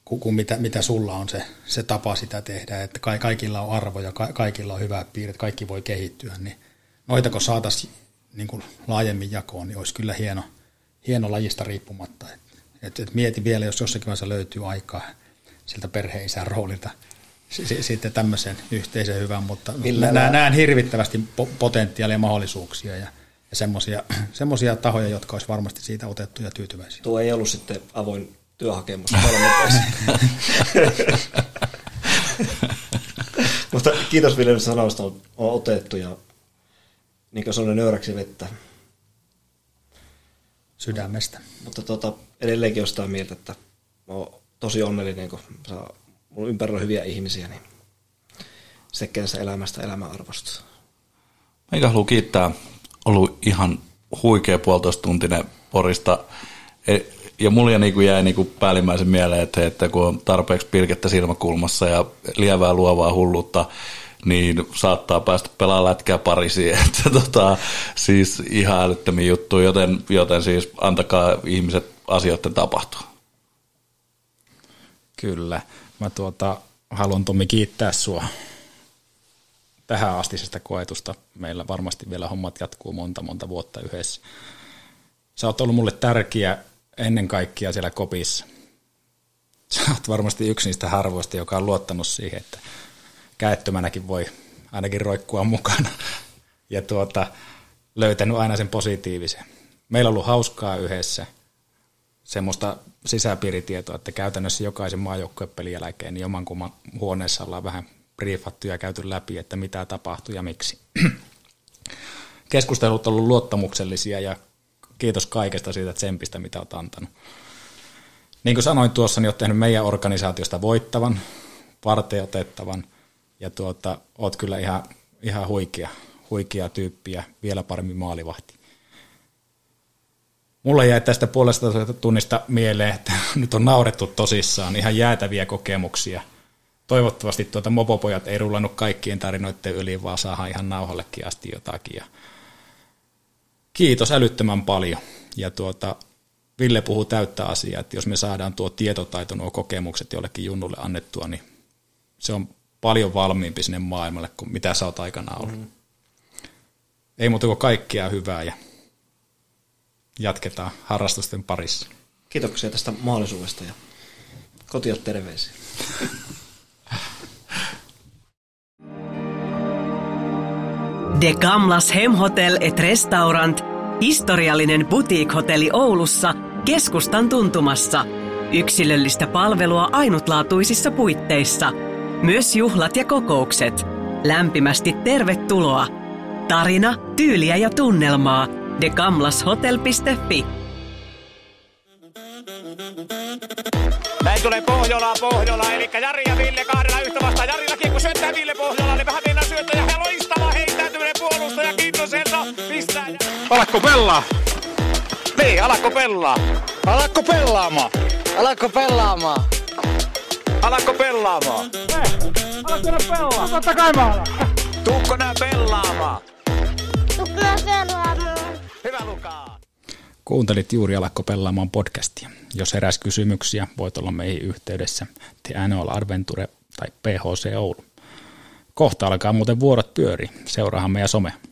kuin mitä, mitä sulla on se, se tapa sitä tehdä, että kaikilla on arvoja, kaikilla on hyvät piirret, kaikki voi kehittyä, niin noita kun saataisiin niin kuin laajemmin jakoon, niin olisi kyllä hieno, hieno lajista riippumatta. Et, et, et mieti vielä, jos jossakin vaiheessa löytyy aikaa sieltä perheisän roolilta s- sitten tämmöisen yhteisen hyvän, mutta näen, näen hirvittävästi potentiaalia ja mahdollisuuksia ja, ja semmoisia tahoja, jotka olisi varmasti siitä otettu ja tyytyväisiä. Tuo ei ollut sitten avoin työhakemus. Mutta kiitos Ville sanoista on otettu ja niin kuin sellainen nöyräksi vettä. Sydämestä. Mutta tota, edelleenkin on sitä mieltä, että olen tosi onnellinen, kun saa, mulla ympärillä hyviä ihmisiä, niin sekä elämästä elämänarvosta. Meikä haluan kiittää. Ollut ihan huikea puolitoista tuntinen Porista. Ja mulla niin jäi niin kuin päällimmäisen mieleen, että, että kun on tarpeeksi pilkettä silmäkulmassa ja lievää luovaa hulluutta, niin saattaa päästä pelaamaan lätkää Pariisiin. Että tota, siis ihan älyttömiä juttuja, joten, joten siis antakaa ihmiset asioiden tapahtua. Kyllä. Mä tuota, haluan Tommi kiittää sua tähän astisesta koetusta. Meillä varmasti vielä hommat jatkuu monta monta vuotta yhdessä. Sä oot ollut mulle tärkeä ennen kaikkea siellä kopissa. Sä oot varmasti yksi niistä harvoista, joka on luottanut siihen, että käettömänäkin voi ainakin roikkua mukana ja tuota, löytänyt aina sen positiivisen. Meillä on ollut hauskaa yhdessä, semmoista sisäpiiritietoa, että käytännössä jokaisen maajoukkuepelin jälkeen niin oman kumman huoneessa ollaan vähän briefattu ja käyty läpi, että mitä tapahtui ja miksi. Keskustelut on ollut luottamuksellisia ja kiitos kaikesta siitä tsempistä, mitä olet antanut. Niin kuin sanoin tuossa, niin olet tehnyt meidän organisaatiosta voittavan, varteenotettavan ja tuota, olet kyllä ihan, ihan huikea, huikea tyyppi ja vielä paremmin maalivahti. Mulla jäi tästä puolesta tunnista mieleen, että nyt on naurettu tosissaan ihan jäätäviä kokemuksia. Toivottavasti tuota mopopojat ei rullannut kaikkien tarinoiden yli, vaan saadaan ihan nauhallekin asti jotakin. Ja kiitos älyttömän paljon. Ja tuota, Ville puhuu täyttä asiaa, että jos me saadaan tuo tietotaito, nuo kokemukset jollekin junnulle annettua, niin se on paljon valmiimpi sinne maailmalle kuin mitä sä oot aikanaan ollut. Mm. Ei muuta kuin kaikkea hyvää ja jatketaan harrastusten parissa. Kiitoksia tästä mahdollisuudesta ja kotiin terveisiä. De Gamlas Hemhotel et Restaurant, historiallinen boutique-hotelli Oulussa, keskustan tuntumassa. Yksilöllistä palvelua ainutlaatuisissa puitteissa. Myös juhlat ja kokoukset. Lämpimästi tervetuloa. Tarina, tyyliä ja tunnelmaa. de gamlas hotel piste fi. Näin tulee Pohjola, Pohjola, eli Jari ja Ville kahdella yhtä vastaan. Jarilla kiekko syöttää Ville Pohjolalle, vähän mennään syöttää ja loistava heittäytyminen puolustaja Kintoselta pistää. Alakko pelaa? Niin, alakko pelaa? Alakko pelaamaan? Alakko pelaamaan? Alakko pelaamaan? Hei, alakko nää pelaa? Totta kai mä alan. Tuukko nää pelaamaan? Tuukko nää pelaamaan? Hyvä Lukaa. Kuuntelit juuri Alakko pelaamaan podcastia. Jos heräsi kysymyksiä, voit olla meihin yhteydessä The Annual Adventure tai P H C Oulu. Kohta alkaa muuten vuorot pyöri. Seuraahan meidän some.